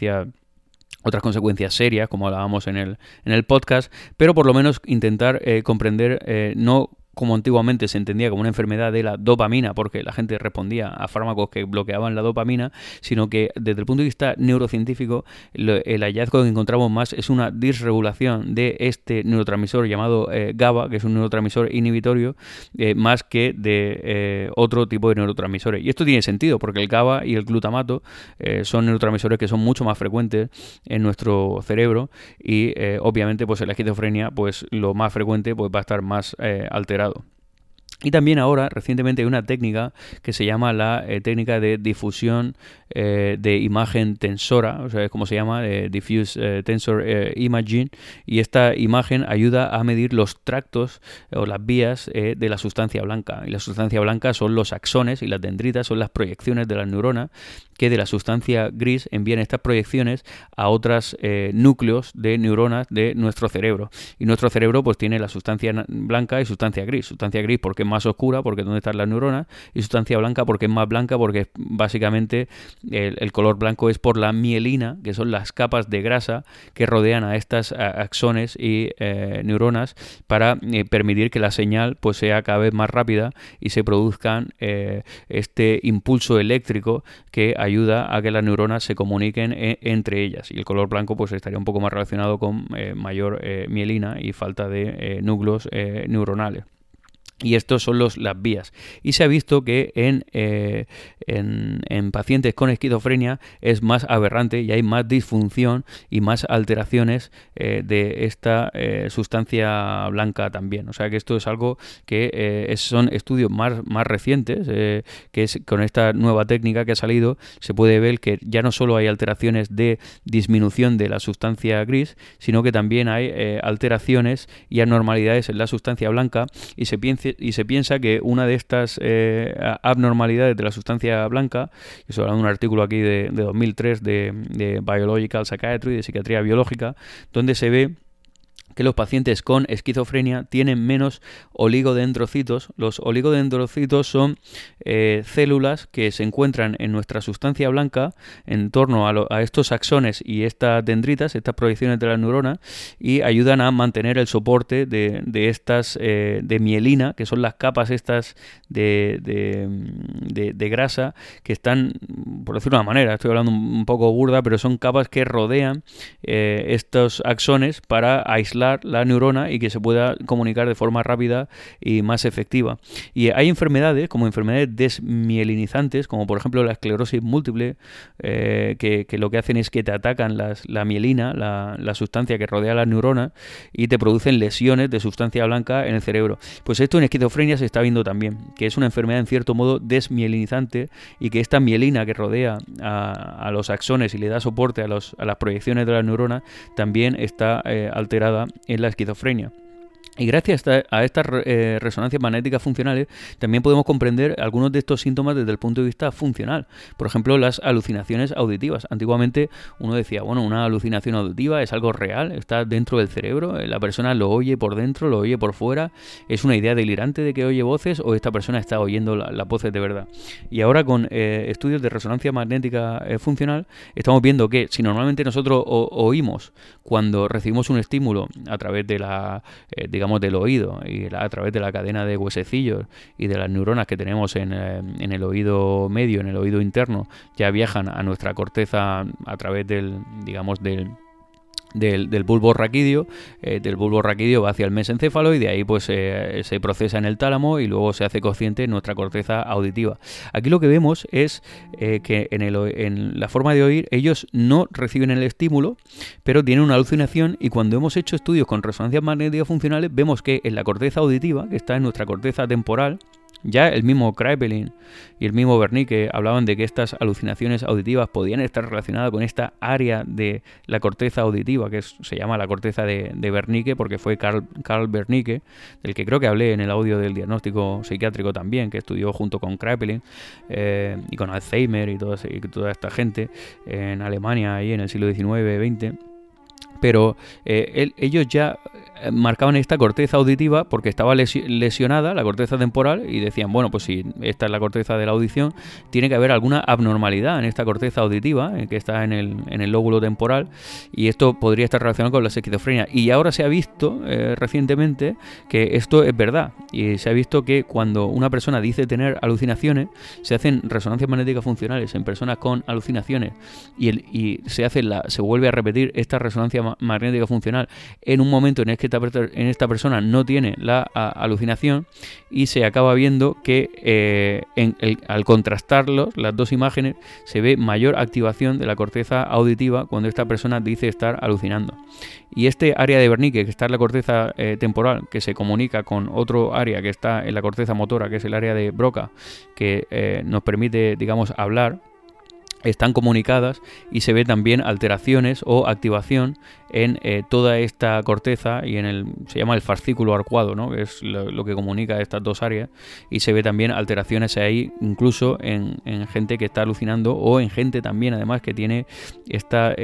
Speaker 1: otras consecuencias serias, como hablábamos en el podcast, pero por lo menos intentar comprender no como antiguamente se entendía como una enfermedad de la dopamina, porque la gente respondía a fármacos que bloqueaban la dopamina, sino que desde el punto de vista neurocientífico el hallazgo que encontramos más es una disregulación de este neurotransmisor llamado GABA, que es un neurotransmisor inhibitorio, más que de otro tipo de neurotransmisores. Y esto tiene sentido, porque el GABA y el glutamato son neurotransmisores que son mucho más frecuentes en nuestro cerebro, y obviamente pues en la esquizofrenia pues lo más frecuente pues va a estar más alterado. Y también ahora, recientemente, hay una técnica que se llama la técnica de difusión de imagen tensora, o sea, es como se llama, Diffuse Tensor Imaging, y esta imagen ayuda a medir los tractos o las vías de la sustancia blanca. Y la sustancia blanca son los axones y las dendritas, son las proyecciones de las neuronas que de la sustancia gris envían estas proyecciones a otros núcleos de neuronas de nuestro cerebro. Y nuestro cerebro pues tiene la sustancia blanca y sustancia gris. Sustancia gris porque es más oscura, porque es donde están las neuronas, y sustancia blanca porque es más blanca, porque básicamente el color blanco es por la mielina, que son las capas de grasa que rodean a estas axones y neuronas para permitir que la señal pues sea cada vez más rápida y se produzcan este impulso eléctrico que ayuda a que las neuronas se comuniquen entre ellas. Y el color blanco pues estaría un poco más relacionado con mayor mielina y falta de núcleos neuronales. Y estos son las vías. Y se ha visto que en pacientes con esquizofrenia es más aberrante y hay más disfunción y más alteraciones de esta sustancia blanca también. O sea que esto es algo que son estudios más recientes, que es con esta nueva técnica que ha salido, se puede ver que ya no solo hay alteraciones de disminución de la sustancia gris, sino que también hay alteraciones y anormalidades en la sustancia blanca, y se piensa que una de estas abnormalidades de la sustancia blanca, que estoy hablando de un artículo aquí de 2003 de Biological Psychiatry, de psiquiatría biológica, donde se ve que los pacientes con esquizofrenia tienen menos oligodendrocitos. Los oligodendrocitos son células que se encuentran en nuestra sustancia blanca en torno a estos axones y estas dendritas, estas proyecciones de la neurona, y ayudan a mantener el soporte de estas de mielina, que son las capas estas de grasa que están, por decirlo de una manera, estoy hablando un poco burda, pero son capas que rodean estos axones para aislar la neurona y que se pueda comunicar de forma rápida y más efectiva. Y hay enfermedades, como enfermedades desmielinizantes, como por ejemplo la esclerosis múltiple, que lo que hacen es que te atacan la mielina, la sustancia que rodea la neurona, y te producen lesiones de sustancia blanca en el cerebro. Pues esto en esquizofrenia se está viendo también, que es una enfermedad en cierto modo desmielinizante, y que esta mielina que rodea a los axones y le da soporte a las proyecciones de la neurona también está alterada en la esquizofrenia. Y gracias a estas resonancias magnéticas funcionales también podemos comprender algunos de estos síntomas desde el punto de vista funcional. Por ejemplo, las alucinaciones auditivas. Antiguamente uno decía, bueno, una alucinación auditiva es algo real, está dentro del cerebro, la persona lo oye por dentro, lo oye por fuera, es una idea delirante de que oye voces, o esta persona está oyendo las voces de verdad. Y ahora con estudios de resonancia magnética funcional estamos viendo que si normalmente nosotros oímos cuando recibimos un estímulo a través de digamos del oído y a través de la cadena de huesecillos y de las neuronas que tenemos en el oído medio, en el oído interno, ya viajan a nuestra corteza a través del bulbo raquídeo. Del bulbo raquídeo va hacia el mesencéfalo y de ahí pues se procesa en el tálamo y luego se hace consciente en nuestra corteza auditiva. Aquí lo que vemos es que en la forma de oír ellos no reciben el estímulo, pero tienen una alucinación, y cuando hemos hecho estudios con resonancias magnéticas funcionales vemos que en la corteza auditiva, que está en nuestra corteza temporal, ya el mismo Kraepelin y el mismo Wernicke hablaban de que estas alucinaciones auditivas podían estar relacionadas con esta área de la corteza auditiva, que se llama la corteza de Wernicke, porque fue Carl Wernicke, del que creo que hablé en el audio del diagnóstico psiquiátrico también, que estudió junto con Kraepelin y con Alzheimer y toda esta gente en Alemania ahí en el siglo XIX-XX. Pero ellos ya marcaban esta corteza auditiva porque estaba lesionada, la corteza temporal, y decían, bueno, pues si esta es la corteza de la audición, tiene que haber alguna abnormalidad en esta corteza auditiva, que está en el lóbulo temporal, y esto podría estar relacionado con la esquizofrenia. Y ahora se ha visto recientemente que esto es verdad, y se ha visto que cuando una persona dice tener alucinaciones, se hacen resonancias magnéticas funcionales en personas con alucinaciones, y se vuelve a repetir esta resonancia magnética funcional en un momento en el que esta persona no tiene la alucinación, y se acaba viendo que al contrastarlos, las dos imágenes, se ve mayor activación de la corteza auditiva cuando esta persona dice estar alucinando. Y este área de Wernicke, que está en la corteza temporal, que se comunica con otro área que está en la corteza motora, que es el área de Broca, que nos permite, digamos, hablar, están comunicadas, y se ve también alteraciones o activación en toda esta corteza y se llama el fascículo arcuado, ¿no? Que es lo que comunica estas dos áreas, y se ve también alteraciones ahí, incluso en gente que está alucinando, o en gente también además que tiene esta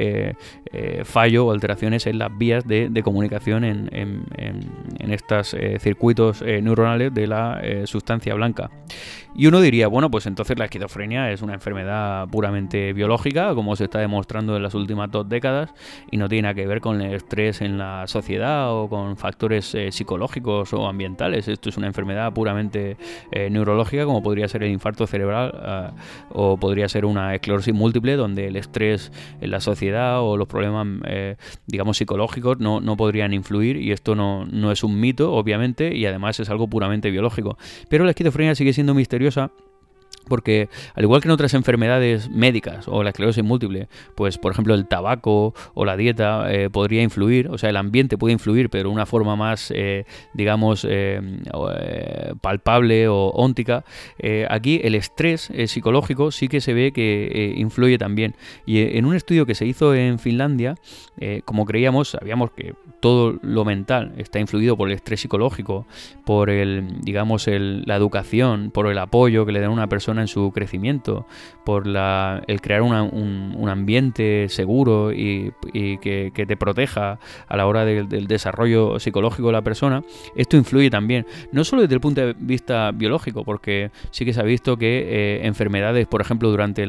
Speaker 1: fallo o alteraciones en las vías de comunicación en estos circuitos neuronales de la sustancia blanca. Y uno diría, bueno, pues entonces la esquizofrenia es una enfermedad puramente puramente biológica, como se está demostrando en las últimas 2 décadas, y no tiene nada que ver con el estrés en la sociedad o con factores psicológicos o ambientales. Esto es una enfermedad puramente neurológica, como podría ser el infarto cerebral o podría ser una esclerosis múltiple, donde el estrés en la sociedad o los problemas digamos psicológicos no podrían influir, y esto no es un mito, obviamente, y además es algo puramente biológico. Pero la esquizofrenia sigue siendo misteriosa, porque al igual que en otras enfermedades médicas o la esclerosis múltiple, pues por ejemplo el tabaco o la dieta podría influir, o sea, el ambiente puede influir, pero de una forma más, digamos, palpable o óntica. Aquí el estrés psicológico sí que se ve que influye también. Y en un estudio que se hizo en Finlandia, como creíamos, sabíamos que todo lo mental está influido por el estrés psicológico, por la educación, por el apoyo que le dan a una persona en su crecimiento, por el crear un ambiente seguro y que te proteja a la hora del desarrollo psicológico de la persona. Esto influye también, no solo desde el punto de vista biológico, porque sí que se ha visto que enfermedades, por ejemplo, durante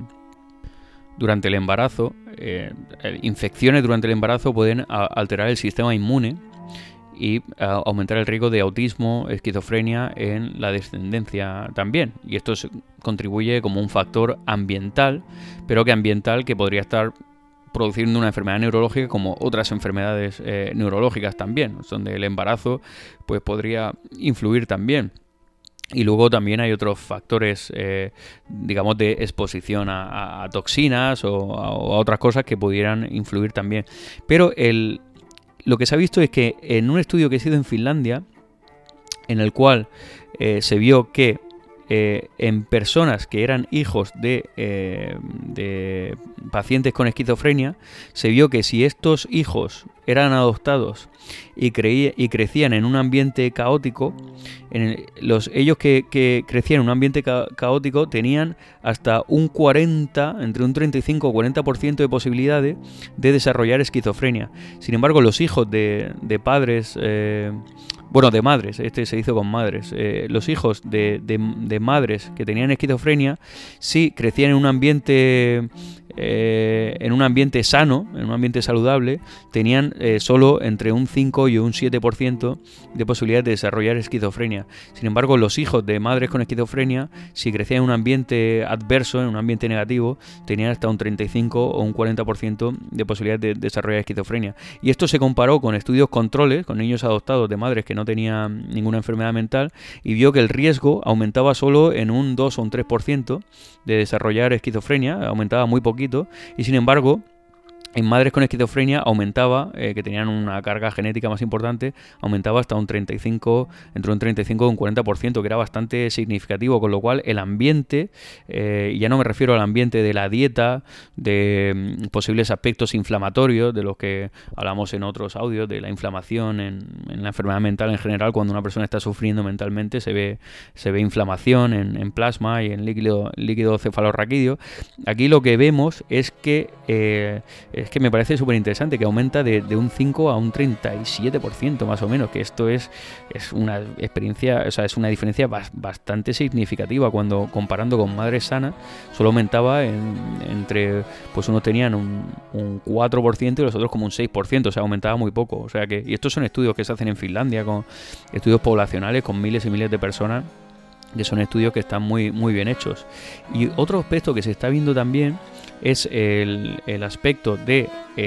Speaker 1: el embarazo, infecciones durante el embarazo pueden alterar el sistema inmune y aumentar el riesgo de autismo, esquizofrenia en la descendencia también. Y esto contribuye como un factor ambiental, pero que podría estar produciendo una enfermedad neurológica como otras enfermedades neurológicas también, donde el embarazo pues podría influir también. Y luego también hay otros factores, digamos, de exposición a toxinas o a otras cosas que pudieran influir también. Pero lo que se ha visto es que en un estudio que se hizo en Finlandia, en el cual se vio que en personas que eran hijos de pacientes con esquizofrenia, se vio que si estos hijos eran adoptados y crecían en un ambiente caótico, ellos que crecían en un ambiente caótico tenían hasta entre un 35 o 40% de posibilidades de desarrollar esquizofrenia. Sin embargo, los hijos de padres... de madres, este se hizo con madres. Los hijos de madres que tenían esquizofrenia, sí crecían en un ambiente sano, en un ambiente saludable, tenían solo entre un 5 y un 7% de posibilidades de desarrollar esquizofrenia. Sin embargo, los hijos de madres con esquizofrenia, si crecían en un ambiente adverso, en un ambiente negativo, tenían hasta un 35 o un 40% de posibilidades de desarrollar esquizofrenia. Y esto se comparó con estudios controles, con niños adoptados de madres que no tenían ninguna enfermedad mental, y vio que el riesgo aumentaba solo en un 2 o un 3% de desarrollar esquizofrenia, aumentaba muy poquito, y sin embargo en madres con esquizofrenia aumentaba, que tenían una carga genética más importante, aumentaba hasta entre un 35 y un 40%, que era bastante significativo, con lo cual el ambiente, ya no me refiero al ambiente de la dieta, de posibles aspectos inflamatorios, de los que hablamos en otros audios, de la inflamación en la enfermedad mental en general. Cuando una persona está sufriendo mentalmente se ve inflamación en plasma y en líquido cefalorraquídeo. Aquí lo que vemos es que me parece súper interesante, que aumenta de un 5 a un 37% más o menos, que esto es una experiencia, o sea, es una diferencia bastante significativa. Cuando comparando con madres sanas, solo aumentaba entre, pues unos tenían un 4% y los otros como un 6%, o sea, aumentaba muy poco. O sea y estos son estudios que se hacen en Finlandia, con estudios poblacionales con miles y miles de personas, que son estudios que están muy, muy bien hechos. Y otro aspecto que se está viendo también es el aspecto de,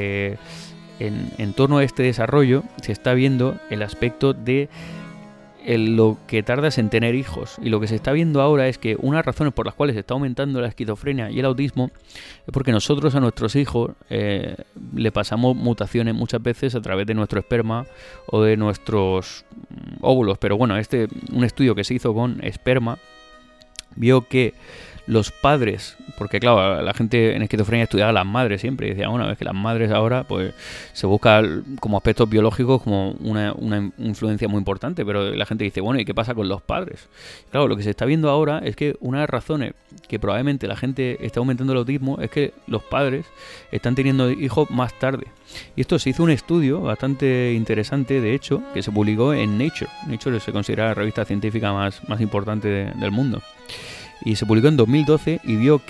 Speaker 1: en torno a este desarrollo, se está viendo el aspecto de lo que tardas en tener hijos. Y lo que se está viendo ahora es que una de las razones por las cuales se está aumentando la esquizofrenia y el autismo es porque nosotros a nuestros hijos le pasamos mutaciones muchas veces a través de nuestro esperma o de nuestros óvulos. Pero bueno, un estudio que se hizo con esperma vio que los padres, porque claro, la gente en esquizofrenia estudiaba a las madres siempre, y decía, bueno, es que las madres ahora pues se busca como aspectos biológicos como una influencia muy importante, pero la gente dice, bueno, ¿y qué pasa con los padres? Claro, lo que se está viendo ahora es que una de las razones que probablemente la gente está aumentando el autismo es que los padres están teniendo hijos más tarde. Y esto se hizo un estudio bastante interesante, de hecho, que se publicó en Nature. Nature se considera la revista científica más importante del mundo. Y se publicó en 2012 y vio que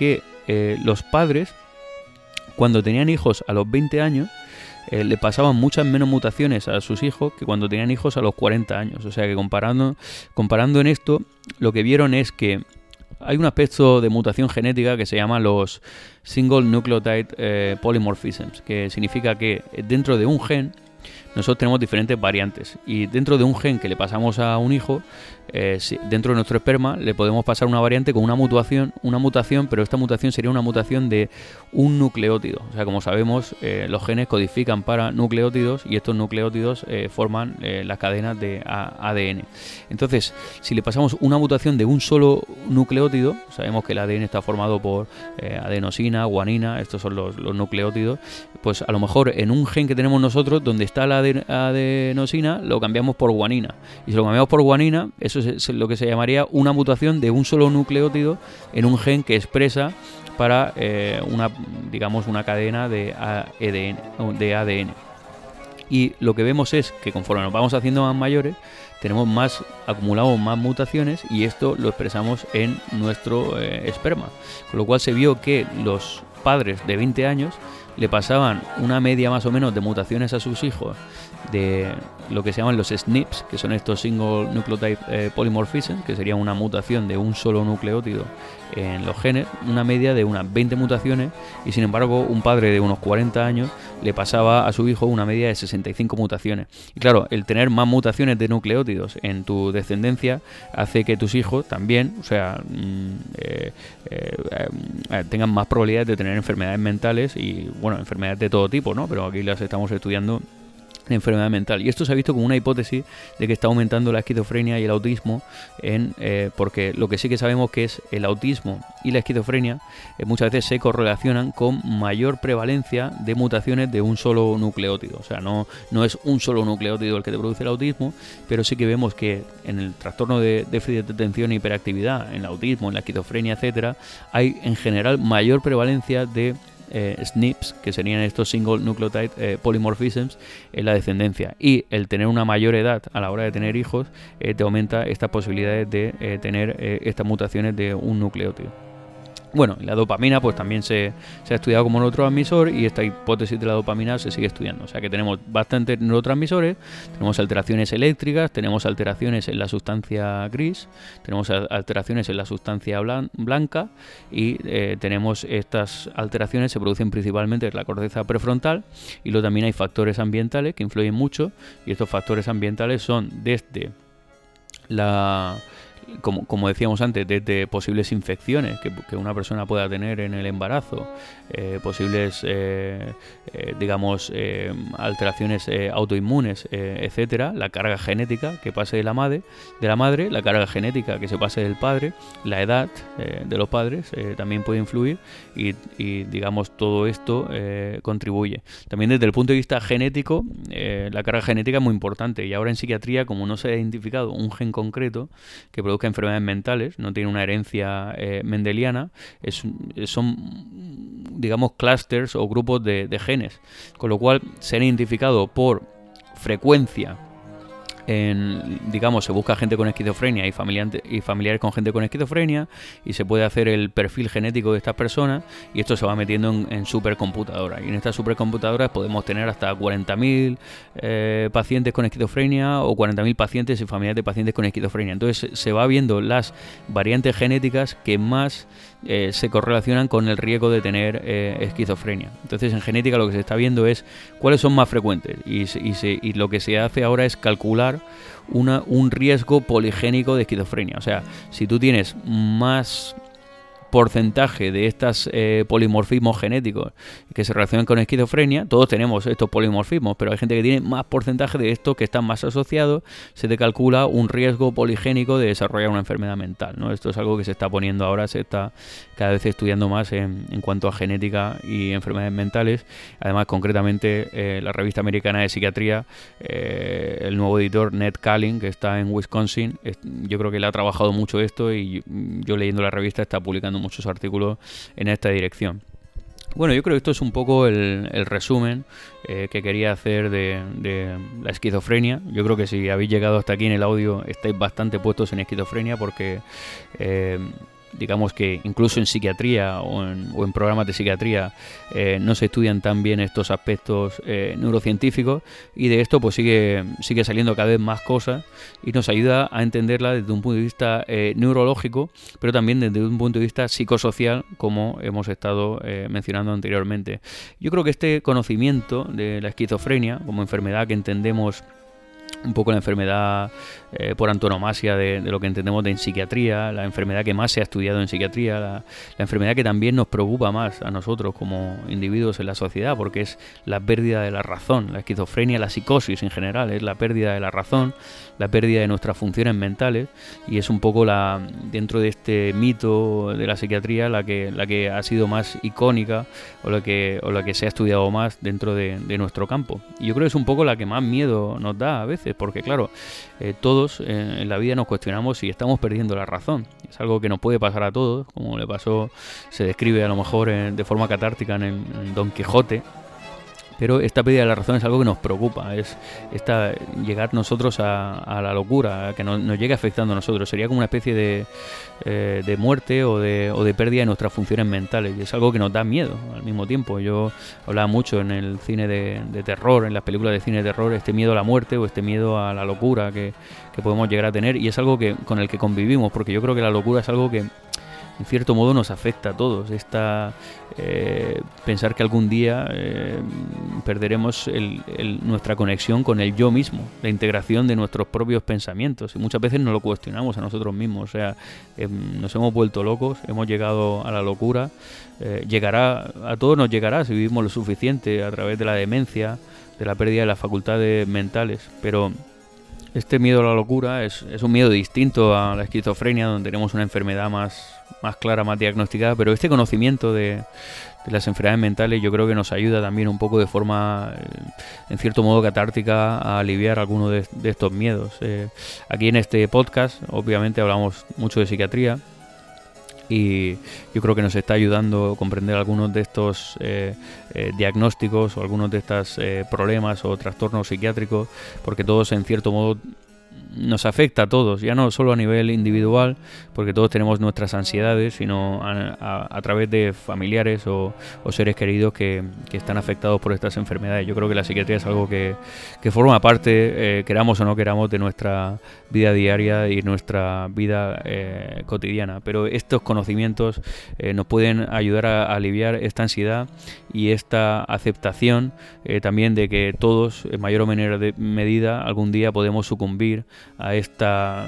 Speaker 1: los padres, cuando tenían hijos a los 20 años, le pasaban muchas menos mutaciones a sus hijos que cuando tenían hijos a los 40 años. O sea que comparando en esto, lo que vieron es que hay un aspecto de mutación genética que se llama los Single Nucleotide Polymorphisms, que significa que dentro de un gen nosotros tenemos diferentes variantes, y dentro de un gen que le pasamos a un hijo, dentro de nuestro esperma le podemos pasar una variante con una mutación, pero esta mutación sería una mutación de un nucleótido. O sea, como sabemos, los genes codifican para nucleótidos, y estos nucleótidos forman las cadenas de ADN. Entonces, si le pasamos una mutación de un solo nucleótido, sabemos que el ADN está formado por adenosina, guanina, estos son los nucleótidos, pues a lo mejor en un gen que tenemos nosotros, donde está la adenosina, lo cambiamos por guanina. Y si lo cambiamos por guanina, eso es lo que se llamaría una mutación de un solo nucleótido en un gen que expresa para una cadena de ADN. Y lo que vemos es que conforme nos vamos haciendo más mayores, acumulamos más mutaciones, y esto lo expresamos en nuestro esperma. Con lo cual se vio que los padres de 20 años le pasaban una media más o menos de mutaciones a sus hijos de lo que se llaman los SNPs, que son estos Single Nucleotide Polymorphisms, que sería una mutación de un solo nucleótido en los genes, una media de unas 20 mutaciones, y sin embargo un padre de unos 40 años le pasaba a su hijo una media de 65 mutaciones. Y claro, el tener más mutaciones de nucleótidos en tu descendencia hace que tus hijos también, tengan más probabilidades de tener enfermedades mentales, y bueno, enfermedades de todo tipo, ¿no? Pero aquí las estamos estudiando de enfermedad mental. Y esto se ha visto como una hipótesis de que está aumentando la esquizofrenia y el autismo, porque lo que sí que sabemos que es el autismo y la esquizofrenia muchas veces se correlacionan con mayor prevalencia de mutaciones de un solo nucleótido. O sea, no es un solo nucleótido el que te produce el autismo, pero sí que vemos que en el trastorno de déficit de atención e hiperactividad, en el autismo, en la esquizofrenia, etcétera, hay en general mayor prevalencia de SNPs, que serían estos Single Nucleotide Polymorphisms, en la descendencia. Y el tener una mayor edad a la hora de tener hijos te aumenta estas posibilidades de tener estas mutaciones de un nucleótido. Bueno, la dopamina pues también se ha estudiado como neurotransmisor, y esta hipótesis de la dopamina se sigue estudiando. O sea que tenemos bastantes neurotransmisores, tenemos alteraciones eléctricas, tenemos alteraciones en la sustancia gris, tenemos alteraciones en la sustancia blanca, y tenemos estas alteraciones se producen principalmente en la corteza prefrontal, y luego también hay factores ambientales que influyen mucho, y estos factores ambientales son desde como decíamos antes, desde posibles infecciones que una persona pueda tener en el embarazo, posibles alteraciones autoinmunes, etcétera, la carga genética que pase de la madre, la carga genética que se pase del padre, la edad de los padres también puede influir, y digamos todo esto contribuye. También desde el punto de vista genético, la carga genética es muy importante, y ahora en psiquiatría, como no se ha identificado un gen concreto que produzca enfermedades mentales, no tiene una herencia mendeliana, son, digamos, clústeres o grupos de genes, con lo cual se han identificado por frecuencia. Se busca gente con esquizofrenia y familiares con gente con esquizofrenia, y se puede hacer el perfil genético de estas personas, y esto se va metiendo en supercomputadoras, y en estas supercomputadoras podemos tener hasta 40.000 pacientes con esquizofrenia, o 40.000 pacientes y familiares de pacientes con esquizofrenia. Entonces se va viendo las variantes genéticas que más se correlacionan con el riesgo de tener esquizofrenia. Entonces en genética lo que se está viendo es cuáles son más frecuentes, y lo que se hace ahora es calcular un riesgo poligénico de esquizofrenia. O sea, si tú tienes más porcentaje de estos polimorfismos genéticos que se relacionan con esquizofrenia, todos tenemos estos polimorfismos, pero hay gente que tiene más porcentaje de estos que están más asociados, se te calcula un riesgo poligénico de desarrollar una enfermedad mental, ¿no? Esto es algo que se está poniendo ahora, se está cada vez estudiando más en cuanto a genética y enfermedades mentales. Además, concretamente, la revista americana de psiquiatría, el nuevo editor Ned Kaling, que está en Wisconsin, yo creo que le ha trabajado mucho esto, y yo leyendo la revista está publicando muchos artículos en esta dirección. Bueno, yo creo que esto es un poco el resumen que quería hacer de la esquizofrenia. Yo creo que si habéis llegado hasta aquí en el audio estáis bastante puestos en esquizofrenia, porque digamos que incluso en psiquiatría o en programas de psiquiatría no se estudian tan bien estos aspectos neurocientíficos, y de esto pues sigue saliendo cada vez más cosas y nos ayuda a entenderla desde un punto de vista neurológico, pero también desde un punto de vista psicosocial, como hemos estado mencionando anteriormente. Yo creo que este conocimiento de la esquizofrenia como enfermedad que entendemos un poco la enfermedad por antonomasia de lo que entendemos en psiquiatría, la enfermedad que más se ha estudiado en psiquiatría, la enfermedad que también nos preocupa más a nosotros como individuos en la sociedad, porque es la pérdida de la razón. La esquizofrenia, la psicosis en general, es la pérdida de la razón, la pérdida de nuestras funciones mentales, y es un poco dentro de este mito de la psiquiatría la que ha sido más icónica o la que se ha estudiado más dentro de nuestro campo. Y yo creo que es un poco la que más miedo nos da a veces, porque claro, todos en la vida nos cuestionamos si estamos perdiendo la razón. Es algo que nos puede pasar a todos, como le pasó, se describe a lo mejor de forma catártica en Don Quijote. Pero esta pérdida de la razón es algo que nos preocupa, es llegar nosotros a la locura, a que nos llegue afectando a nosotros. Sería como una especie de muerte o de pérdida de nuestras funciones mentales, y es algo que nos da miedo al mismo tiempo. Yo hablaba mucho en el cine de terror, en las películas de cine de terror, este miedo a la muerte o este miedo a la locura que podemos llegar a tener, y es algo con el que convivimos, porque yo creo que la locura es algo que en cierto modo nos afecta a todos. Pensar que algún día perderemos nuestra conexión con el yo mismo, la integración de nuestros propios pensamientos, y muchas veces no lo cuestionamos a nosotros mismos. O sea, nos hemos vuelto locos, hemos llegado a la locura. A todos nos llegará si vivimos lo suficiente, a través de la demencia, de la pérdida de las facultades mentales, pero este miedo a la locura es un miedo distinto a la esquizofrenia, donde tenemos una enfermedad más clara, más diagnosticada, pero este conocimiento de las enfermedades mentales yo creo que nos ayuda también un poco de forma, en cierto modo catártica, a aliviar algunos de estos miedos. Aquí en este podcast obviamente hablamos mucho de psiquiatría, y yo creo que nos está ayudando a comprender algunos de estos diagnósticos o algunos de estos problemas o trastornos psiquiátricos, porque todos en cierto modo nos afecta a todos, ya no solo a nivel individual, porque todos tenemos nuestras ansiedades, sino a través de familiares o seres queridos que están afectados por estas enfermedades. Yo creo que la psiquiatría es algo que forma parte, queramos o no queramos, de nuestra vida diaria y nuestra vida cotidiana, pero estos conocimientos nos pueden ayudar a aliviar esta ansiedad y esta aceptación también de que todos, en mayor o menor medida, algún día podemos sucumbir a esta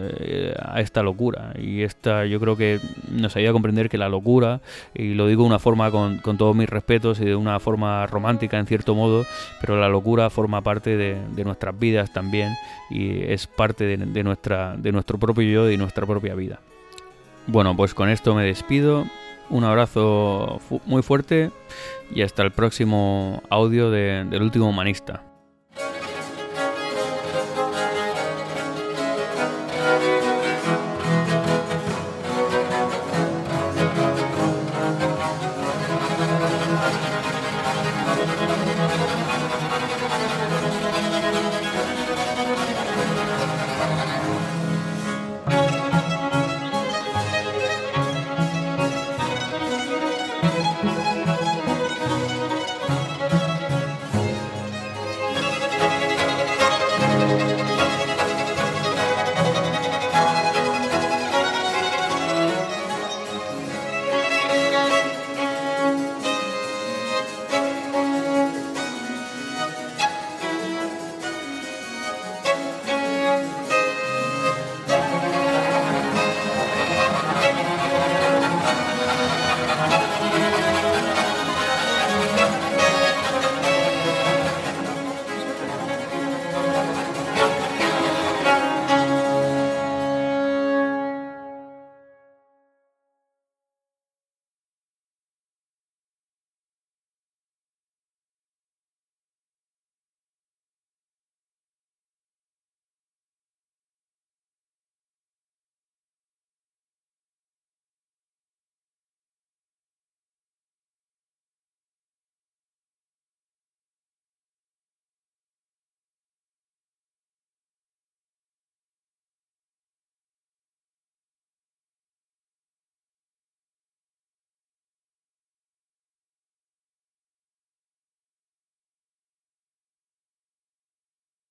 Speaker 1: locura. Y yo creo que nos ayuda a comprender que la locura, y lo digo de una forma con todos mis respetos y de una forma romántica en cierto modo, pero la locura forma parte de nuestras vidas también, y es parte de nuestro propio yo y nuestra propia vida. Bueno, pues con esto me despido. Un abrazo muy fuerte y hasta el próximo audio del Último Humanista.